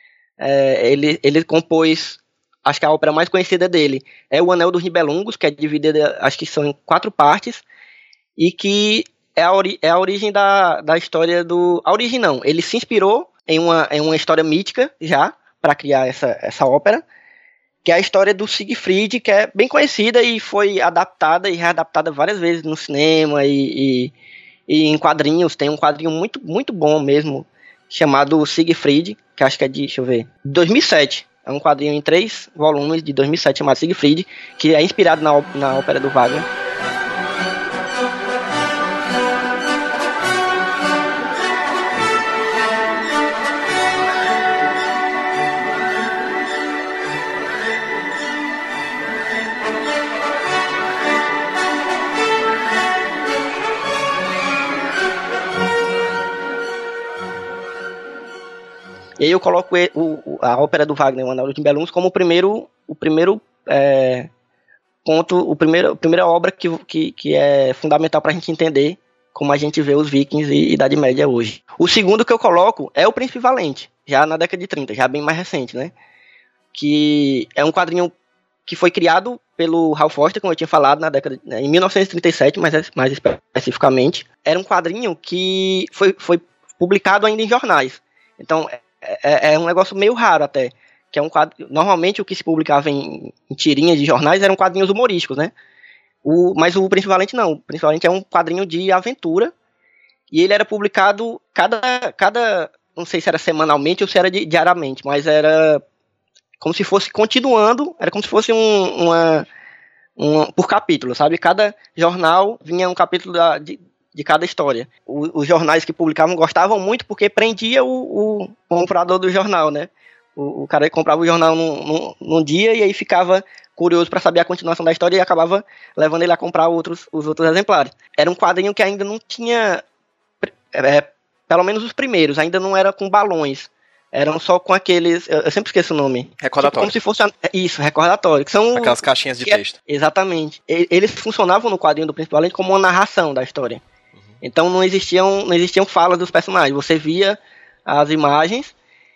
É, ele, ele compôs, acho que a ópera mais conhecida dele é o Anel dos Nibelungos, que é dividida, acho que são em quatro partes, e que é a, ori, é a origem da, da história do... A origem não, ele se inspirou em uma, em uma história mítica já, para criar essa, essa ópera, que é a história do Siegfried, que é bem conhecida e foi adaptada e readaptada várias vezes no cinema e, e, e em quadrinhos. Tem um quadrinho muito, muito bom mesmo, chamado Siegfried, que acho que é de, deixa eu ver, dois mil e sete. É um quadrinho em três volumes de dois mil e sete chamado Siegfried, que é inspirado na, na ópera do Wagner. E aí eu coloco o, a ópera do Wagner, o Arnaldo de Belluns, como o primeiro, o primeiro é, ponto, o primeiro, a primeira obra que, que, que é fundamental para a gente entender como a gente vê os vikings e Idade Média hoje. O segundo que eu coloco é o Príncipe Valente, já na década de trinta, já bem mais recente, né? Que é um quadrinho que foi criado pelo Hal Foster, como eu tinha falado, na década, né, em mil novecentos e trinta e sete, mais, mais especificamente. Era um quadrinho que foi, foi publicado ainda em jornais. Então, é, é um negócio meio raro até. Que é um quadro, normalmente o que se publicava em, em tirinhas de jornais eram quadrinhos humorísticos, né? O, mas o Príncipe Valente não. O Príncipe Valente é um quadrinho de aventura. E ele era publicado cada... cada não sei se era semanalmente ou se era di, diariamente, mas era como se fosse continuando, era como se fosse um, uma, uma... por capítulo, sabe? Cada jornal vinha um capítulo da, de, de cada história. O, os jornais que publicavam gostavam muito porque prendia o, o comprador do jornal, né? O, o cara comprava o jornal num, num, num dia e aí ficava curioso para saber a continuação da história e acabava levando ele a comprar outros, os outros exemplares. Era um quadrinho que ainda não tinha, é, pelo menos os primeiros, ainda não era com balões. Eram só com aqueles, eu sempre esqueço o nome. Recordatório. Como se fosse, isso, recordatório. Que são aquelas caixinhas de que, texto. Exatamente. Eles funcionavam no quadrinho do Príncipe Valente como uma narração da história. Uhum. Então não existiam, não existiam falas dos personagens. Você via as imagens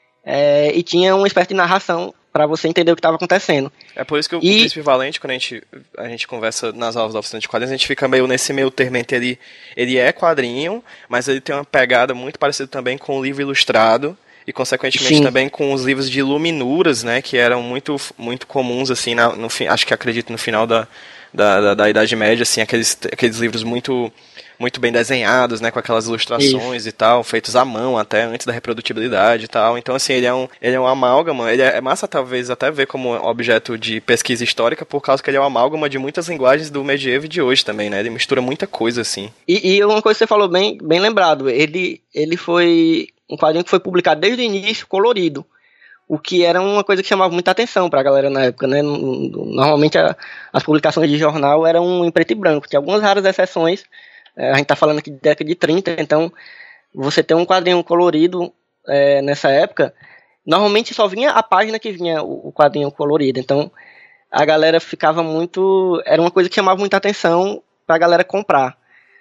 é, e tinha uma espécie de narração para você entender o que estava acontecendo. É por isso que o e... Príncipe Valente, quando a gente, a gente conversa nas aulas da oficina de quadrinhos, a gente fica meio nesse meio termo entre ele, ele é quadrinho, mas ele tem uma pegada muito parecida também com o livro ilustrado, e consequentemente Sim. também com os livros de iluminuras, né, que eram muito, muito comuns, assim, na, no, acho que acredito no final da, da, da, da Idade Média, assim, aqueles, aqueles livros muito, muito bem desenhados, né, com aquelas ilustrações Isso. e tal, feitos à mão até, antes da reprodutibilidade e tal. Então, assim, ele é um, ele é um amálgama, ele é, é massa talvez até ver como objeto de pesquisa histórica, por causa que ele é um amálgama de muitas linguagens do medievo e de hoje também, né, ele mistura muita coisa, assim. E, e uma coisa que você falou bem, bem lembrado, ele, ele foi um quadrinho que foi publicado desde o início, colorido, o que era uma coisa que chamava muita atenção pra galera na época, né? Normalmente a, as publicações de jornal eram em preto e branco, tinha algumas raras exceções, a gente tá falando aqui de década de trinta, então você ter um quadrinho colorido é, nessa época, normalmente só vinha a página que vinha o, o quadrinho colorido, então a galera ficava muito, era uma coisa que chamava muita atenção pra galera comprar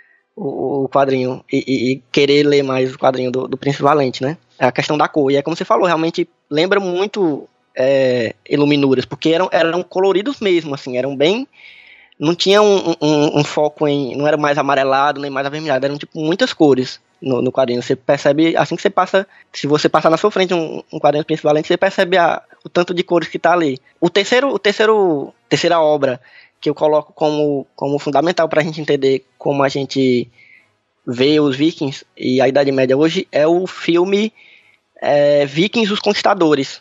o, o quadrinho e, e, e querer ler mais o quadrinho do, do Príncipe Valente, né? É a questão da cor, e é como você falou, realmente lembra muito é, Iluminuras, porque eram, eram coloridos mesmo, assim, eram bem, não tinha um, um, um foco em, não era mais amarelado, nem mais avermelhado, eram tipo muitas cores no, no quadrinho, você percebe, assim que você passa, se você passar na sua frente um, um quadrinho do Príncipe Valente, você percebe a, o tanto de cores que tá ali. O terceiro, o terceiro, terceira obra que eu coloco como, como fundamental pra gente entender como a gente vê os Vikings e a Idade Média hoje é o filme é, Vikings os Conquistadores,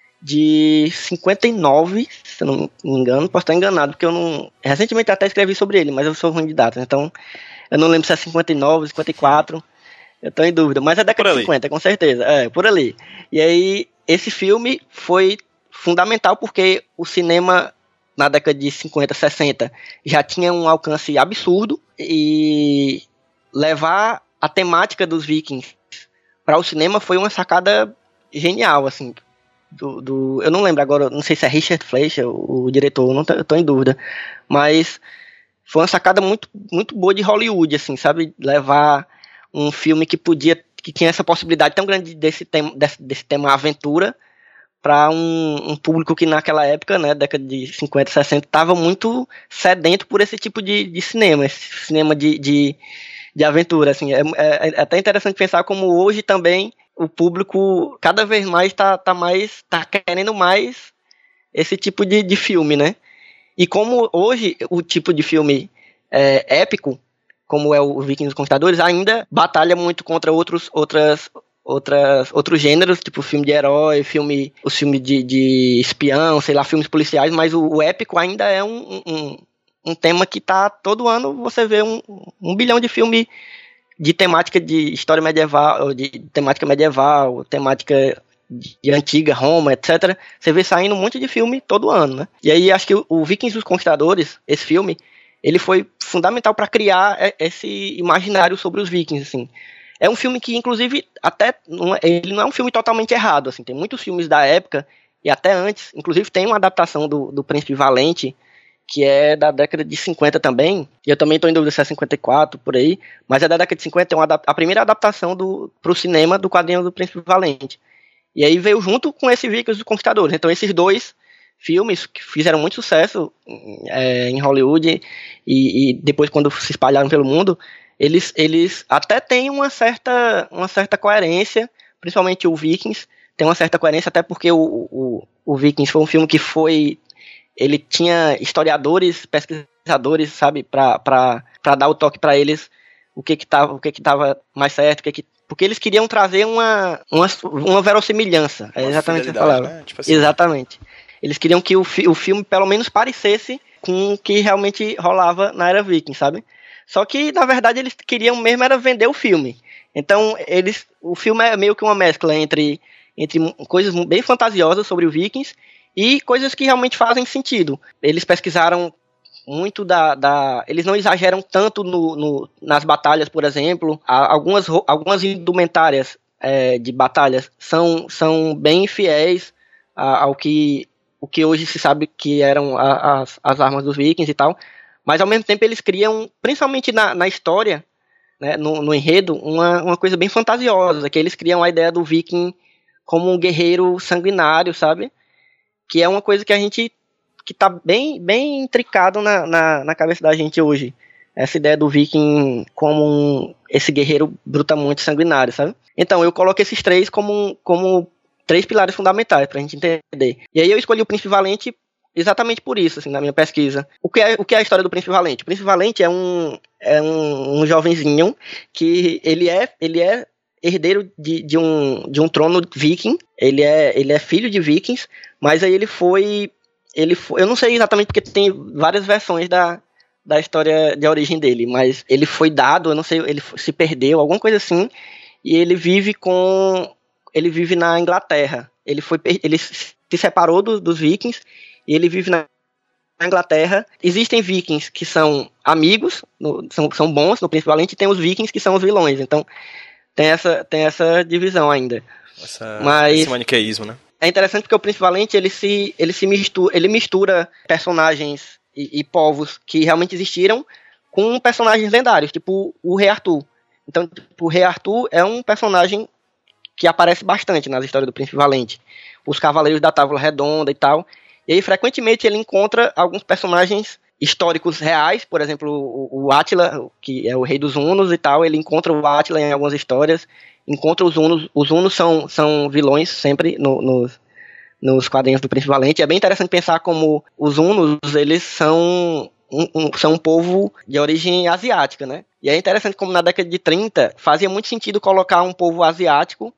de cinquenta e nove, se eu não me engano, posso estar enganado, porque eu não... Recentemente até escrevi sobre ele, mas eu sou ruim de datas, então eu não lembro se é cinquenta e nove, cinquenta e quatro, eu tô em dúvida, mas é década de cinquenta, com certeza, é, por ali. E aí, esse filme foi fundamental porque o cinema na década de cinquenta, sessenta já tinha um alcance absurdo e levar a temática dos Vikings para o cinema foi uma sacada genial, assim, do, do, eu não lembro agora, não sei se é Richard Fleischer, o, o diretor, não tô, eu tô em dúvida, mas foi uma sacada muito, muito boa de Hollywood, assim, sabe, levar um filme que podia, que tinha essa possibilidade tão grande desse tema, desse, desse tema aventura, para um, um público que naquela época, né, década de cinquenta, sessenta, estava muito sedento por esse tipo de, de cinema, esse cinema de, de, de aventura, assim, é, é, é até interessante pensar como hoje também o público cada vez mais está tá mais, tá querendo mais esse tipo de, de filme, né, e como hoje o tipo de filme é, épico, como é o Vikings dos Conquistadores, ainda batalha muito contra outros, outras Outras, outros gêneros, tipo filme de herói, filme, os filmes de, de espião, sei lá, filmes policiais, mas o, o épico ainda é um, um, um tema que tá todo ano, você vê um, um bilhão de filmes de temática de história medieval, de temática medieval, temática de, de antiga Roma, etcétera. Você vê saindo um monte de filme todo ano, né? E aí acho que o, o Vikings dos Conquistadores, esse filme, ele foi fundamental para criar esse imaginário sobre os Vikings, assim. É um filme que, inclusive, até não é, ele não é um filme totalmente errado, assim, tem muitos filmes da época, e até antes, inclusive tem uma adaptação do, do Príncipe Valente, que é da década de cinquenta também, e eu também estou em dúvida se é cinquenta e quatro, por aí, mas é da década de cinquenta, é uma, a primeira adaptação para o cinema do quadrinho do Príncipe Valente. E aí veio junto com esse Vikings dos Conquistadores. Então esses dois filmes que fizeram muito sucesso é, em Hollywood e, e depois quando se espalharam pelo mundo, eles, eles até têm uma certa, uma certa coerência, principalmente o Vikings, tem uma certa coerência até porque o, o, o Vikings foi um filme que foi... Ele tinha historiadores, pesquisadores, sabe, para dar o toque para eles, o que que tava, o que que tava mais certo, o que que, porque eles queriam trazer uma, uma, uma verossimilhança, é exatamente o que eu falava. Né? Tipo assim. Exatamente. Eles queriam que o, fi, o filme pelo menos parecesse com o que realmente rolava na era viking, sabe? Só que, na verdade, eles queriam mesmo era vender o filme. Então, eles, o filme é meio que uma mescla entre, entre coisas bem fantasiosas sobre o Vikings e coisas que realmente fazem sentido. Eles pesquisaram muito da... da eles não exageram tanto no, no, nas batalhas, por exemplo. Algumas, algumas indumentárias é, de batalhas são, são bem fiéis ao que, o que hoje se sabe que eram a, as, as armas dos vikings e tal. Mas, ao mesmo tempo, eles criam, principalmente na, na história, né, no, no enredo, uma, uma coisa bem fantasiosa, que eles criam a ideia do viking como um guerreiro sanguinário, sabe? Que é uma coisa que a gente, que tá bem, bem intricado na, na, na cabeça da gente hoje. Essa ideia do viking como um, esse guerreiro brutamonte sanguinário, sabe? Então, eu coloco esses três como, como três pilares fundamentais pra gente entender. E aí eu escolhi o Príncipe Valente exatamente por isso, assim, na minha pesquisa. O que é, o que é a história do Príncipe Valente? O Príncipe Valente é um, é um, um jovenzinho que ele é, ele é herdeiro de, de, um, de um trono viking, ele é, ele é filho de vikings, mas aí ele foi, ele foi, eu não sei exatamente porque tem várias versões da, da história de origem dele, mas ele foi dado, eu não sei, ele se perdeu, alguma coisa assim, e ele vive com, ele vive na Inglaterra, ele, foi, ele se separou do, dos vikings, e ele vive na Inglaterra. Existem vikings que são amigos, no, são, são bons no Príncipe Valente, e tem os vikings que são os vilões, então tem essa, tem essa divisão ainda. Essa, Mas esse maniqueísmo, né? É interessante porque o Príncipe Valente, ele se, ele se mistura, ele mistura personagens e, e povos que realmente existiram com personagens lendários, tipo o Rei Arthur. Então, tipo, o Rei Arthur é um personagem que aparece bastante nas histórias do Príncipe Valente. Os Cavaleiros da Távola Redonda e tal. E aí, frequentemente, ele encontra alguns personagens históricos reais, por exemplo, o, o Átila, que é o rei dos Hunos e tal, ele encontra o Átila em algumas histórias, encontra os Hunos, os Hunos são, são vilões sempre no, nos, nos quadrinhos do Príncipe Valente. É bem interessante pensar como os Hunos, eles são um, um, são um povo de origem asiática, né? E é interessante como na década de trinta fazia muito sentido colocar um povo asiático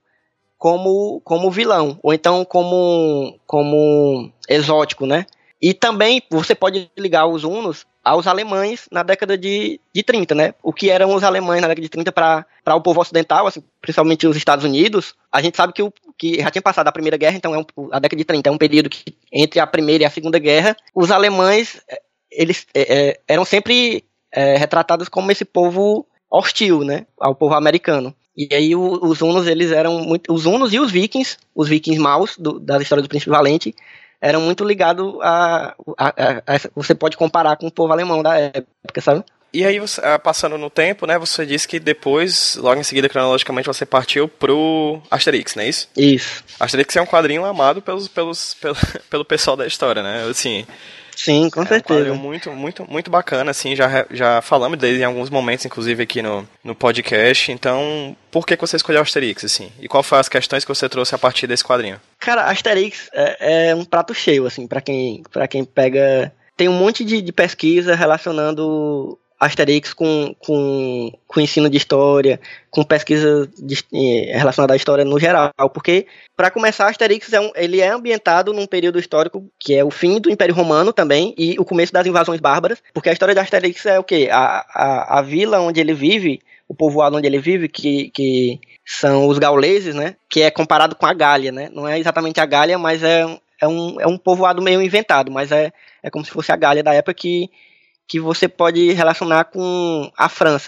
como, como vilão, ou então como, como exótico, né? E também você pode ligar os hunos aos alemães na década de, de trinta, né? O que eram os alemães na década de trinta para o povo ocidental, assim, principalmente os Estados Unidos. A gente sabe que, o, que já tinha passado a Primeira Guerra, então é um, a década de trinta é um período que, entre a Primeira e a Segunda Guerra, os alemães eles, é, é, eram sempre é, retratados como esse povo hostil, né? Ao povo americano. E aí o, os hunos, eles eram muito... Os hunos e os vikings, os vikings maus do, da história do Príncipe Valente, eram muito ligados a, a, a, a... Você pode comparar com o povo alemão da época, sabe? E aí, você, passando no tempo, né, você disse que depois, logo em seguida, cronologicamente, você partiu pro Asterix, não é isso? Isso. Asterix é um quadrinho amado pelos, pelos, pelo, pelo pessoal da história, né? Assim, sim, com é certeza. Um quadrinho muito, muito, muito bacana, assim, já, já falamos dele em alguns momentos, inclusive aqui no, no podcast. Então, por que você escolheu Asterix, assim? E qual foram as questões que você trouxe a partir desse quadrinho? Cara, Asterix é, é um prato cheio, assim, pra quem, pra quem pega... Tem um monte de, de pesquisa relacionando Asterix com, com, com ensino de história, com pesquisa de, relacionada à história no geral, porque, para começar, Asterix é um, ele é ambientado num período histórico que é o fim do Império Romano também e o começo das invasões bárbaras, porque a história de Asterix é o quê? A, a, a vila onde ele vive, o povoado onde ele vive, que, que são os gauleses, né? Que é comparado com a Gália, né? Não é exatamente a Gália, mas é, é, um, é um povoado meio inventado, mas é, é como se fosse a Gália da época que que você pode relacionar com a França,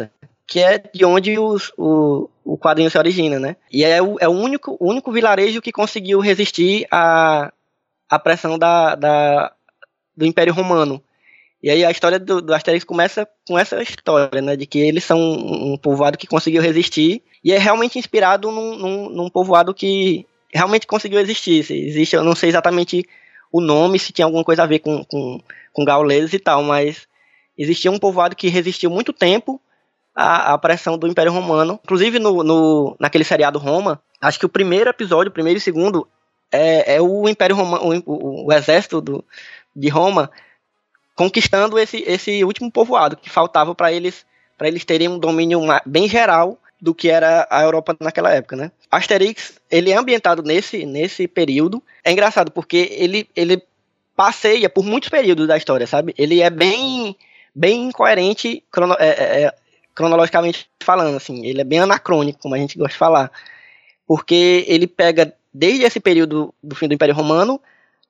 que é de onde os, o, o quadrinho se origina, né? E é o, é o único, o único vilarejo que conseguiu resistir à, à pressão da, da, do Império Romano. E aí a história do, do Asterix começa com essa história, né? De que eles são um, um povoado que conseguiu resistir e é realmente inspirado num, num, num povoado que realmente conseguiu existir. Se existe, eu não sei exatamente o nome, se tinha alguma coisa a ver com, com, com gauleses e tal, mas existia um povoado que resistiu muito tempo à, à pressão do Império Romano. Inclusive no, no, naquele seriado Roma, acho que o primeiro episódio, o primeiro e segundo, é, é o Império Romano, o, o, o exército do, de Roma conquistando esse, esse último povoado que faltava para eles, para eles terem um domínio bem geral do que era a Europa naquela época, né? Asterix, ele é ambientado nesse, nesse período. É engraçado porque ele, ele passeia por muitos períodos da história, sabe? Ele é bem, bem incoerente crono, é, é, cronologicamente falando, assim. Ele é bem anacrônico, como a gente gosta de falar. Porque ele pega desde esse período do fim do Império Romano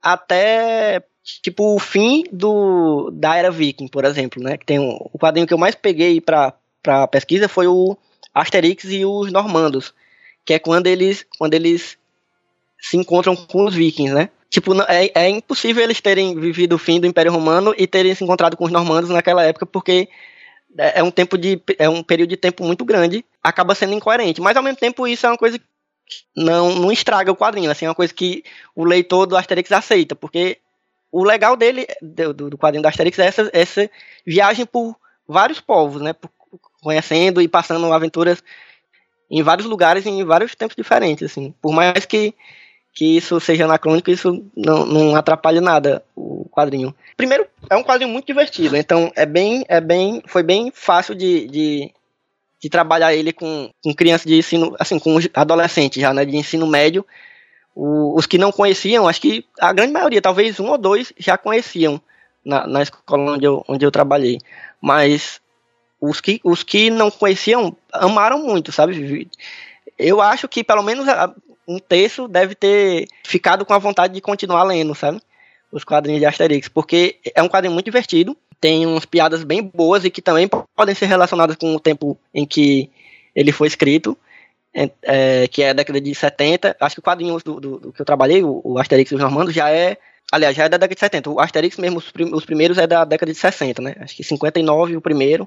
até tipo o fim do, da Era Viking, por exemplo, né? Que tem um, o quadrinho que eu mais peguei para para pesquisa foi o Asterix e os Normandos, que é quando eles quando eles se encontram com os Vikings, né? Tipo, é, é impossível eles terem vivido o fim do Império Romano e terem se encontrado com os Normandos naquela época, porque é um tempo de é um período de tempo muito grande, acaba sendo incoerente, mas ao mesmo tempo isso é uma coisa que não, não estraga o quadrinho, assim, é uma coisa que o leitor do Asterix aceita, porque o legal dele, do, do quadrinho do Asterix, é essa, essa viagem por vários povos, né? Por, conhecendo e passando aventuras em vários lugares e em vários tempos diferentes, assim. Por mais que, que isso seja anacrônico, isso não, não atrapalha nada o quadrinho. Primeiro, é um quadrinho muito divertido, então é bem, é bem, foi bem fácil de, de, de trabalhar ele com, com crianças de ensino, assim, com adolescentes já, né? De ensino médio. O, os que não conheciam, acho que a grande maioria, talvez um ou dois, já conheciam na, na escola onde eu, onde eu trabalhei. Mas os que, os que não conheciam amaram muito, sabe? Eu acho que pelo menos um terço deve ter ficado com a vontade de continuar lendo, sabe? Os quadrinhos de Asterix, porque é um quadrinho muito divertido, tem umas piadas bem boas e que também podem ser relacionadas com o tempo em que ele foi escrito. É, é, que é a década de setenta. Acho que o quadrinho do, do, do que eu trabalhei, o, o Asterix e os Normandos, já é, aliás, já é da década de setenta. O Asterix mesmo, os, prim, os primeiros é da década de sessenta, né? Acho que cinquenta e nove o primeiro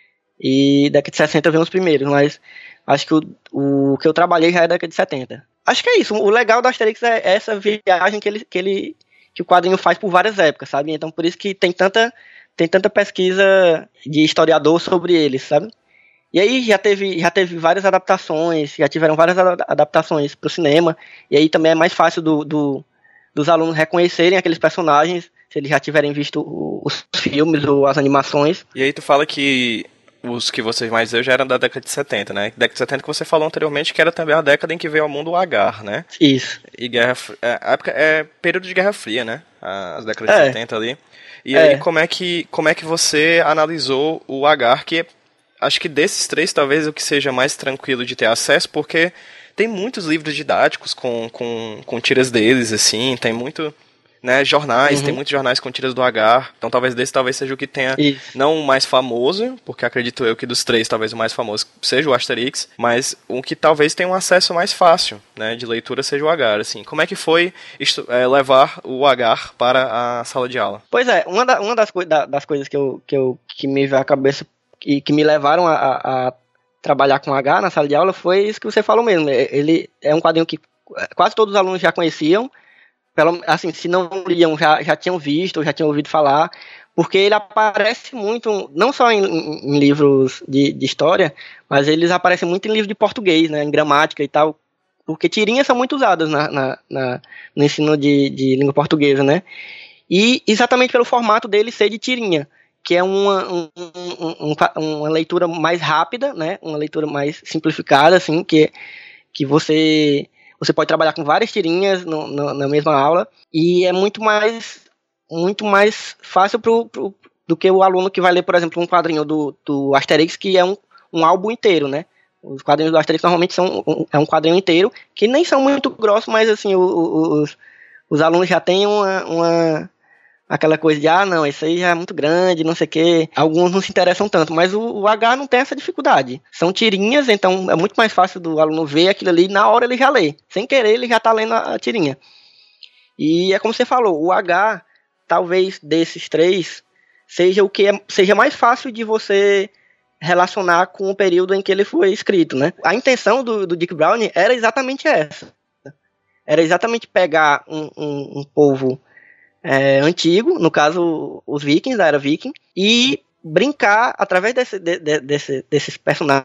e década de sessenta vem os primeiros, mas acho que o, o que eu trabalhei já é da década de setenta. Acho que é isso. O legal do Asterix é essa viagem que ele, que ele que o quadrinho faz por várias épocas, sabe? Então por isso que tem tanta tem tanta pesquisa de historiador sobre ele, sabe? E aí já teve, já teve várias adaptações, já tiveram várias adaptações para o cinema, e aí também é mais fácil do, do, dos alunos reconhecerem aqueles personagens, se eles já tiverem visto os filmes ou as animações. E aí tu fala que os que vocês mais viram já eram da década de setenta, né? Década de setenta que você falou anteriormente, que era também a década em que veio ao mundo o Agar, né? Isso. E Guerra é, a época é período de Guerra Fria, né? As décadas é. de setenta ali. E é. aí como é, que, como é que você analisou o Agar, que é, acho que desses três, talvez o que seja mais tranquilo de ter acesso, porque tem muitos livros didáticos com, com, com tiras deles, assim, tem muito, né, jornais, uhum. Tem muitos jornais com tiras do Agar, então talvez desse talvez seja o que tenha, Isso. não o mais famoso, porque acredito eu que dos três, talvez o mais famoso seja o Asterix, mas o que talvez tenha um acesso mais fácil, né, de leitura seja o Agar, assim. Como é que foi isto, é, levar o Agar para a sala de aula? Pois é, uma, da, uma das, coi- da, das coisas que, eu, que, eu, que me veio à cabeça e que me levaram a, a, a trabalhar com H na sala de aula foi isso que você falou mesmo. Ele é um quadrinho que quase todos os alunos já conheciam, pelo, assim, se não liam, já, já tinham visto, já tinham ouvido falar, porque ele aparece muito, não só em, em livros de, de história, mas eles aparecem muito em livros de português, né, em gramática e tal, porque tirinhas são muito usadas na, na, na, no ensino de, de língua portuguesa, né? E exatamente pelo formato dele ser de tirinha, que é uma, um, um, um, uma leitura mais rápida, né? Uma leitura mais simplificada, assim, que, que você, você pode trabalhar com várias tirinhas no, no, na mesma aula, e é muito mais, muito mais fácil pro, pro, do que o aluno que vai ler, por exemplo, um quadrinho do, do Asterix, que é um, um álbum inteiro, né? Os quadrinhos do Asterix normalmente são um, é um quadrinho inteiro, que nem são muito grossos, mas assim, o, o, os, os alunos já têm uma... uma aquela coisa de, ah, não, isso aí já é muito grande, não sei o quê. Alguns não se interessam tanto, mas o, o H não tem essa dificuldade. São tirinhas, então é muito mais fácil do aluno ver aquilo ali, na hora ele já lê. Sem querer, ele já tá lendo a, a tirinha. E é como você falou, o H, talvez desses três, seja o que é, seja mais fácil de você relacionar com o período em que ele foi escrito, né? A intenção do, do Dick Browning era exatamente essa. Era exatamente pegar um, um, um povo é, antigo, no caso os vikings, da era viking, e brincar, através desse, de, de, desse, desses personagens,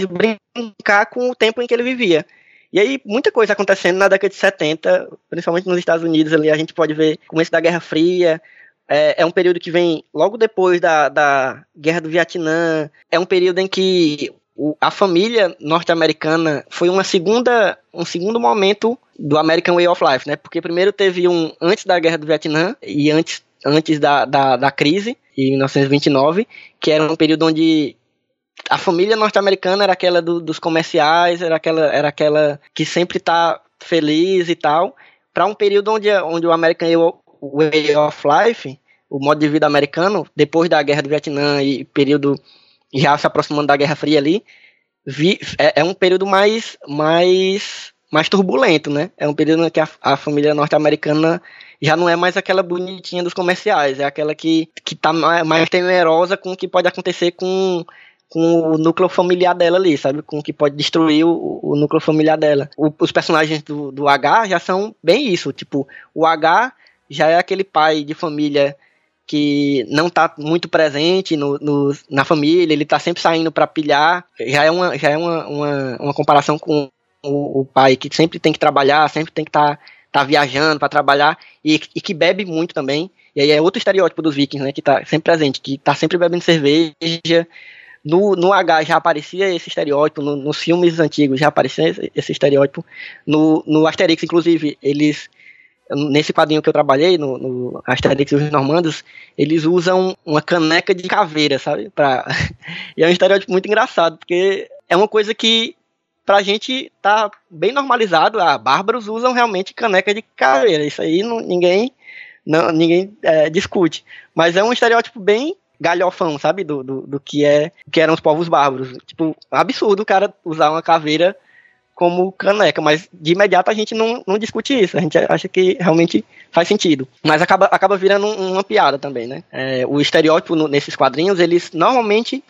brincar com o tempo em que ele vivia. E aí, muita coisa acontecendo na década de setenta, principalmente nos Estados Unidos, ali a gente pode ver o começo da Guerra Fria. É, é um período que vem logo depois da, da Guerra do Vietnã. É um período em que o, a família norte-americana foi uma segunda, um segundo momento do American Way of Life, né? Porque primeiro teve um antes da Guerra do Vietnã e antes, antes da, da, da crise, em mil novecentos e vinte e nove, que era um período onde a família norte-americana era aquela do, dos comerciais, era aquela, era aquela que sempre está feliz e tal, para um período onde, onde o American Way of Life, o modo de vida americano, depois da Guerra do Vietnã e período já se aproximando da Guerra Fria ali, vi, é, é um período mais, mais, mais turbulento, né? É um período em que a, a família norte-americana já não é mais aquela bonitinha dos comerciais, é aquela que, que tá mais, mais temerosa com o que pode acontecer com, com o núcleo familiar dela ali, sabe? Com o que pode destruir o, o núcleo familiar dela. O, os personagens do, do H já são bem isso, tipo, o H já é aquele pai de família que não está muito presente no, no, na família, ele está sempre saindo para pilhar, já é uma, já é uma, uma, uma comparação com o, o pai que sempre tem que trabalhar, sempre tem que estar tá, tá viajando para trabalhar e, e que bebe muito também. E aí é outro estereótipo dos vikings, né, que está sempre presente, que está sempre bebendo cerveja. No, no H já aparecia esse estereótipo, no, nos filmes antigos já aparecia esse, esse estereótipo. No, no Asterix, inclusive, eles... Nesse quadrinho que eu trabalhei, no, no Asterix e os Normandos, eles usam uma caneca de caveira, sabe? Pra... E é um estereótipo muito engraçado, porque é uma coisa que pra gente tá bem normalizado. Ah, bárbaros usam realmente caneca de caveira. Isso aí não, ninguém, não, ninguém é, discute. Mas é um estereótipo bem galhofão, sabe? Do, do, do que, é, que eram os povos bárbaros. Tipo, absurdo o cara usar uma caveira como caneca, mas de imediato a gente não, não discute isso, a gente acha que realmente faz sentido, mas acaba, acaba virando uma piada também, né? É, o estereótipo no, nesses quadrinhos, eles normalmente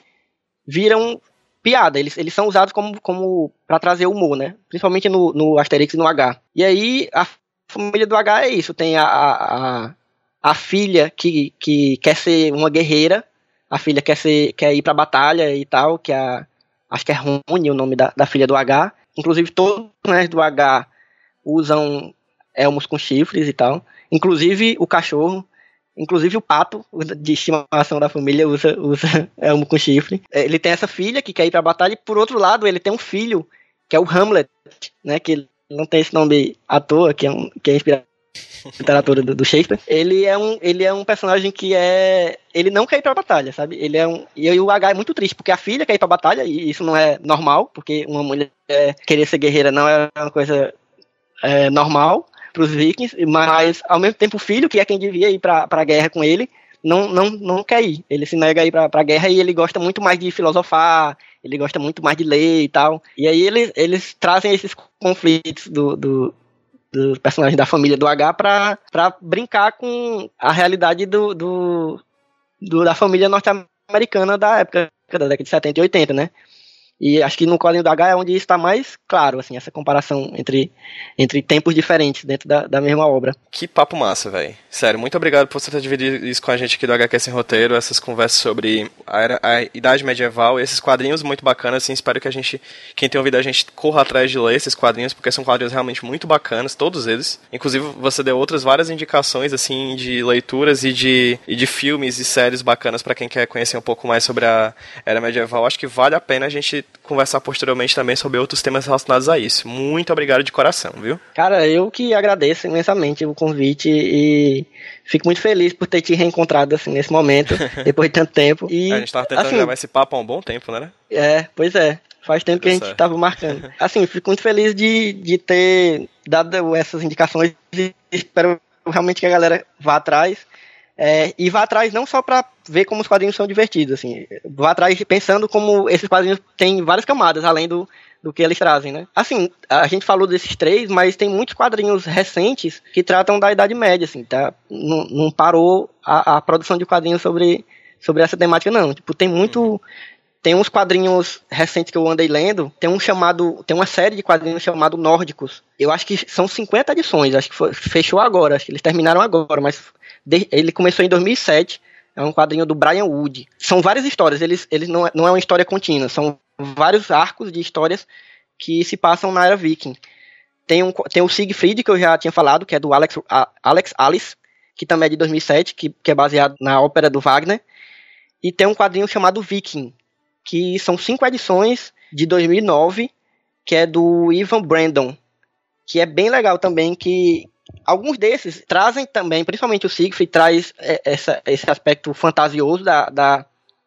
viram piada, eles, eles são usados como, como para trazer humor, né? Principalmente no, no Asterix e no H. E aí a família do H é isso, tem a, a, a filha que, que quer ser uma guerreira, a filha quer, ser, quer ir pra batalha e tal, que é a, acho que é Rony o nome da, da filha do H. Inclusive, todos os personagens do H usam elmos com chifres e tal. Inclusive, o cachorro. Inclusive, o pato de estimação da família usa, usa elmo com chifre. Ele tem essa filha que quer ir pra batalha. E, por outro lado, ele tem um filho, que é o Hamlet, né? Que não tem esse nome à toa, que é, um, que é inspirado na literatura do, do Shakespeare. Ele é, um, ele é um personagem que é... Ele não quer ir pra batalha, sabe? Ele é um... E o H é muito triste, porque a filha quer ir pra batalha, e isso não é normal, porque uma mulher querer ser guerreira não é uma coisa é, normal pros vikings, mas ao mesmo tempo o filho, que é quem devia ir pra, pra guerra com ele, não, não, não quer ir. Ele se nega a ir pra, pra guerra e ele gosta muito mais de filosofar, ele gosta muito mais de ler e tal. E aí eles, eles trazem esses conflitos do... do dos personagens da família do H pra, pra brincar com a realidade do, do, do, da família norte-americana da época, da década de setenta e oitenta, né? E acho que no quadrinho do H é onde está mais claro, assim, essa comparação entre, entre tempos diferentes dentro da, da mesma obra. Que papo massa, velho. Sério, muito obrigado por você ter dividido isso com a gente aqui do H Q Sem Roteiro, essas conversas sobre a, era, a Idade Medieval, esses quadrinhos muito bacanas, assim, espero que a gente, quem tem ouvido a gente, corra atrás de ler esses quadrinhos, porque são quadrinhos realmente muito bacanas, todos eles. Inclusive, você deu outras várias indicações, assim, de leituras e de, e de filmes e séries bacanas pra quem quer conhecer um pouco mais sobre a Era Medieval. Acho que vale a pena a gente conversar posteriormente também sobre outros temas relacionados a isso. Muito obrigado de coração, viu? Cara, eu que agradeço imensamente o convite e fico muito feliz por ter te reencontrado assim nesse momento, depois de tanto tempo. E, a gente tava tentando assim, gravar esse papo há um bom tempo, né? É, pois é. Faz tempo que a gente tava marcando. Assim, fico muito feliz de, de ter dado essas indicações e espero realmente que a galera vá atrás. É, e vá atrás não só para ver como os quadrinhos são divertidos, assim, vá atrás pensando como esses quadrinhos têm várias camadas, além do, do que eles trazem, né? Assim, a gente falou desses três, mas tem muitos quadrinhos recentes que tratam da Idade Média, assim, tá? Não, não parou a, a produção de quadrinhos sobre, sobre essa temática, não. Tipo, tem muito... Tem uns quadrinhos recentes que eu andei lendo, tem um chamado, tem uma série de quadrinhos chamado Nórdicos. Eu acho que são cinquenta edições, acho que foi, fechou agora, acho que eles terminaram agora, mas de, ele começou em dois mil e sete, é um quadrinho do Brian Wood. São várias histórias, eles, eles não, é, não é uma história contínua, são vários arcos de histórias que se passam na era viking. Tem, um, tem o Siegfried, que eu já tinha falado, que é do Alex, Alex Alice, que também é de dois mil e sete, que, que é baseado na ópera do Wagner. E tem um quadrinho chamado Viking, que são cinco edições de dois mil e nove, que é do Ivan Brandon, que é bem legal também, que alguns desses trazem também, principalmente o Siegfried, traz essa, esse aspecto fantasioso da, da,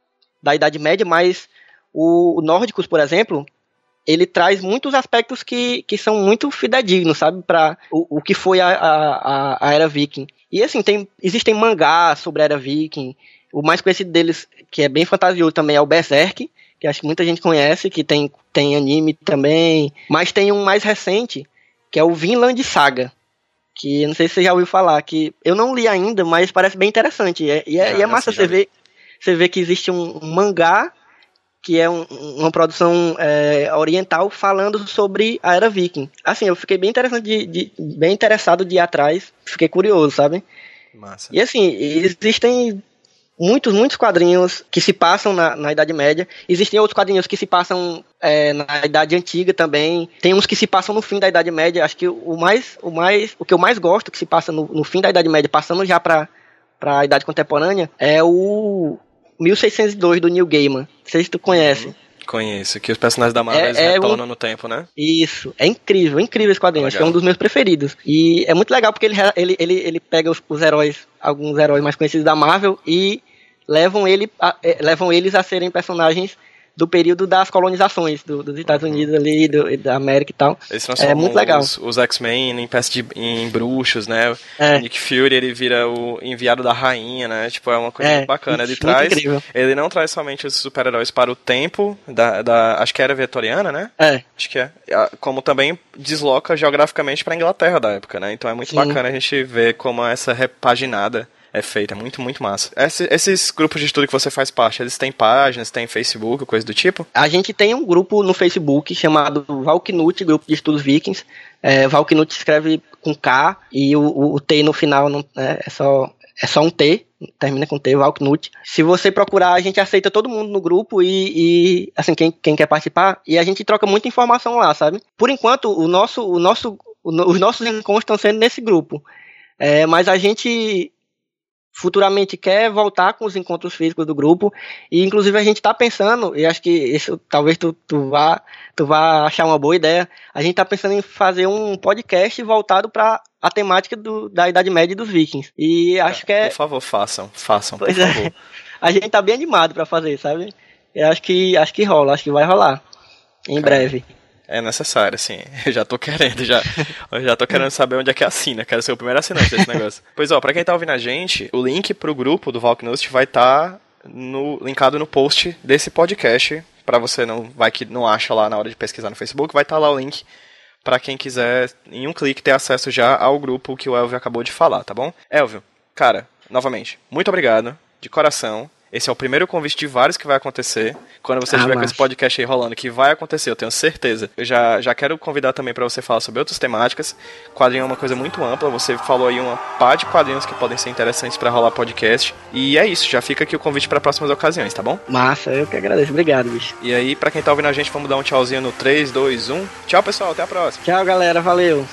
da Idade Média, mas o, o Nórdicos, por exemplo, ele traz muitos aspectos que, que são muito fidedignos, sabe, para o, o que foi a, a, a Era Viking. E assim, tem, existem mangás sobre a Era Viking. O mais conhecido deles, que é bem fantasioso também, é o Berserk, que acho que muita gente conhece, que tem, tem anime também. Mas tem um mais recente, que é o Vinland Saga, que não sei se você já ouviu falar, que eu não li ainda, mas parece bem interessante. E é, e é, e é massa você ver, você ver que existe um, um mangá, que é um, uma produção é, oriental, falando sobre a Era Viking. Assim, eu fiquei bem, interessante de, de, bem interessado de ir atrás, fiquei curioso, sabe? Massa. E assim, existem muitos, muitos quadrinhos que se passam na, na Idade Média. Existem outros quadrinhos que se passam é, na Idade Antiga também. Tem uns que se passam no fim da Idade Média. Acho que o mais, o mais, o que eu mais gosto que se passa no, no fim da Idade Média, passando já para para a Idade Contemporânea, é o mil seiscentos e dois do Neil Gaiman. Não sei se tu conhece. Uhum. Conheço, que os personagens da Marvel é, é retornam um... no tempo, né? Isso, é incrível, incrível esse quadrinho, acho que é um dos meus preferidos. E é muito legal porque ele, ele, ele, ele pega os, os heróis, alguns heróis mais conhecidos da Marvel e levam, ele a, levam eles a serem personagens do período das colonizações do, dos Estados Unidos ali, do, da América e tal. Eles transformam é muito legal. Os, os X-Men em espécie de em bruxos, né? É. O Nick Fury, ele vira o enviado da rainha, né? Tipo, é uma coisa é, muito bacana. Ele muito traz, incrível. ele não traz somente os super-heróis para o tempo da, da, acho que era vitoriana, né? É. Acho que é. Como também desloca geograficamente para a Inglaterra da época, né? Então é muito Sim. bacana a gente ver como essa repaginada é feita, é muito, muito massa. Esse, esses grupos de estudo que você faz parte, eles têm páginas, têm Facebook, coisa do tipo? A gente tem um grupo no Facebook chamado Valknut, Grupo de Estudos Vikings. É, Valknut se escreve com K e o, o, o T no final não, é, é, só, é só um T, termina com T, Valknut. Se você procurar, a gente aceita todo mundo no grupo e, e assim, quem, quem quer participar, e a gente troca muita informação lá, sabe? Por enquanto, o nosso, o nosso, o, os nossos encontros estão sendo nesse grupo. É, mas a gente futuramente quer voltar com os encontros físicos do grupo e inclusive a gente está pensando, e acho que isso talvez tu, tu, vá, tu vá achar uma boa ideia, a gente está pensando em fazer um podcast voltado para a temática do, da Idade Média e dos Vikings. E acho é, que é... Por favor, façam, façam, pois por é, favor. A gente está bem animado para fazer, sabe? Eu acho que, acho que rola, acho que vai rolar em Cara. breve. É necessário, assim. Eu já tô querendo, já. Eu já tô querendo saber onde é que assina. Quero ser o primeiro assinante desse negócio. Pois, ó, pra quem tá ouvindo a gente, o link pro grupo do Valknust vai estar tá no, linkado no post desse podcast. Pra você não, vai que não acha lá na hora de pesquisar no Facebook, vai estar tá lá o link pra quem quiser, em um clique, ter acesso já ao grupo que o Elvio acabou de falar, tá bom? Elvio, cara, novamente, muito obrigado, de coração. Esse é o primeiro convite de vários que vai acontecer. Quando você ah, estiver com esse podcast aí rolando, que vai acontecer, eu tenho certeza. Eu já, já quero convidar também para você falar sobre outras temáticas. Quadrinho é uma coisa muito ampla. Você falou aí uma pá de quadrinhos que podem ser interessantes para rolar podcast. E é isso, já fica aqui o convite para próximas ocasiões, tá bom? Massa, eu que agradeço. Obrigado, bicho. E aí, para quem tá ouvindo a gente, vamos dar um tchauzinho no três, dois, um. Tchau, pessoal. Até a próxima. Tchau, galera. Valeu.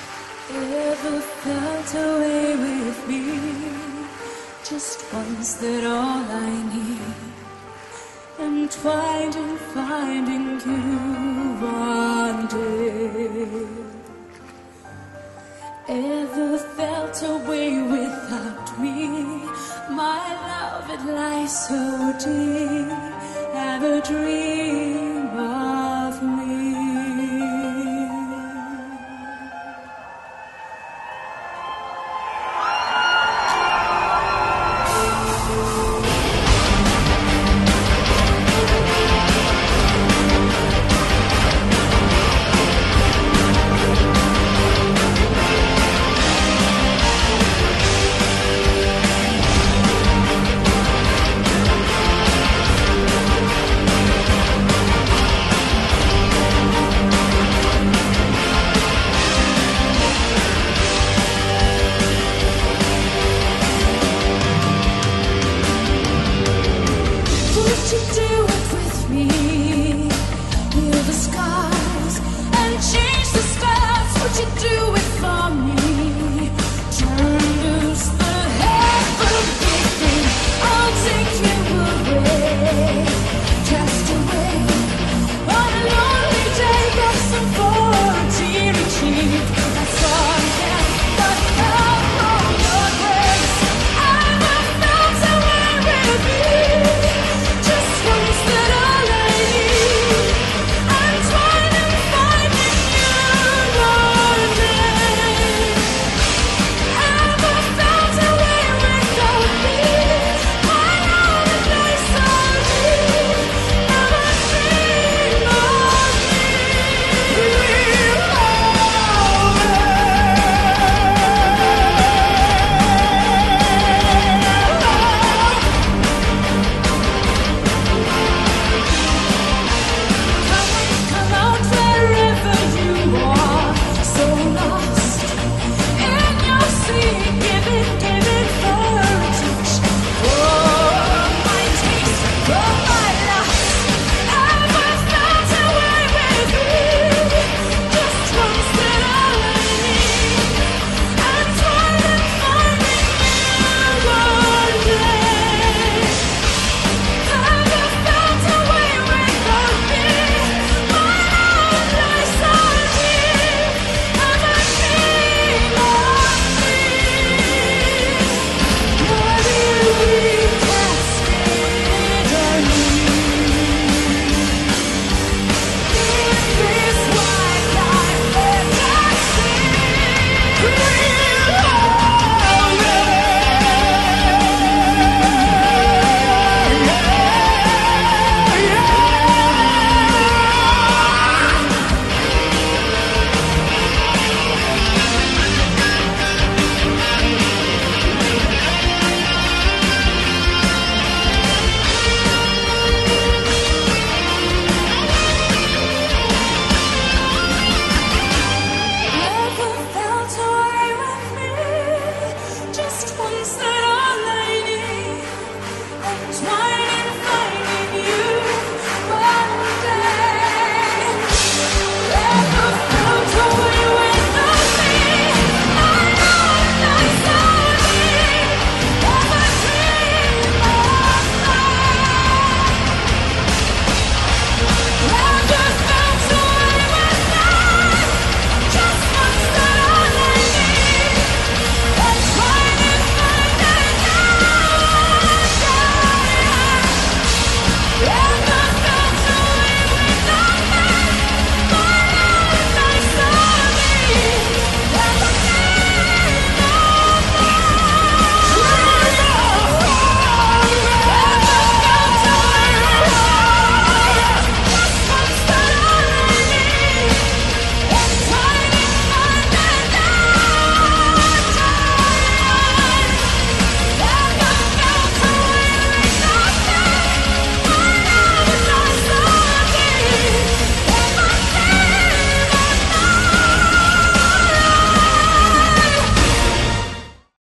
Just once that all I need, entwined and finding you one day. Ever felt a way without me? My love, it lies so deep. Have a dream.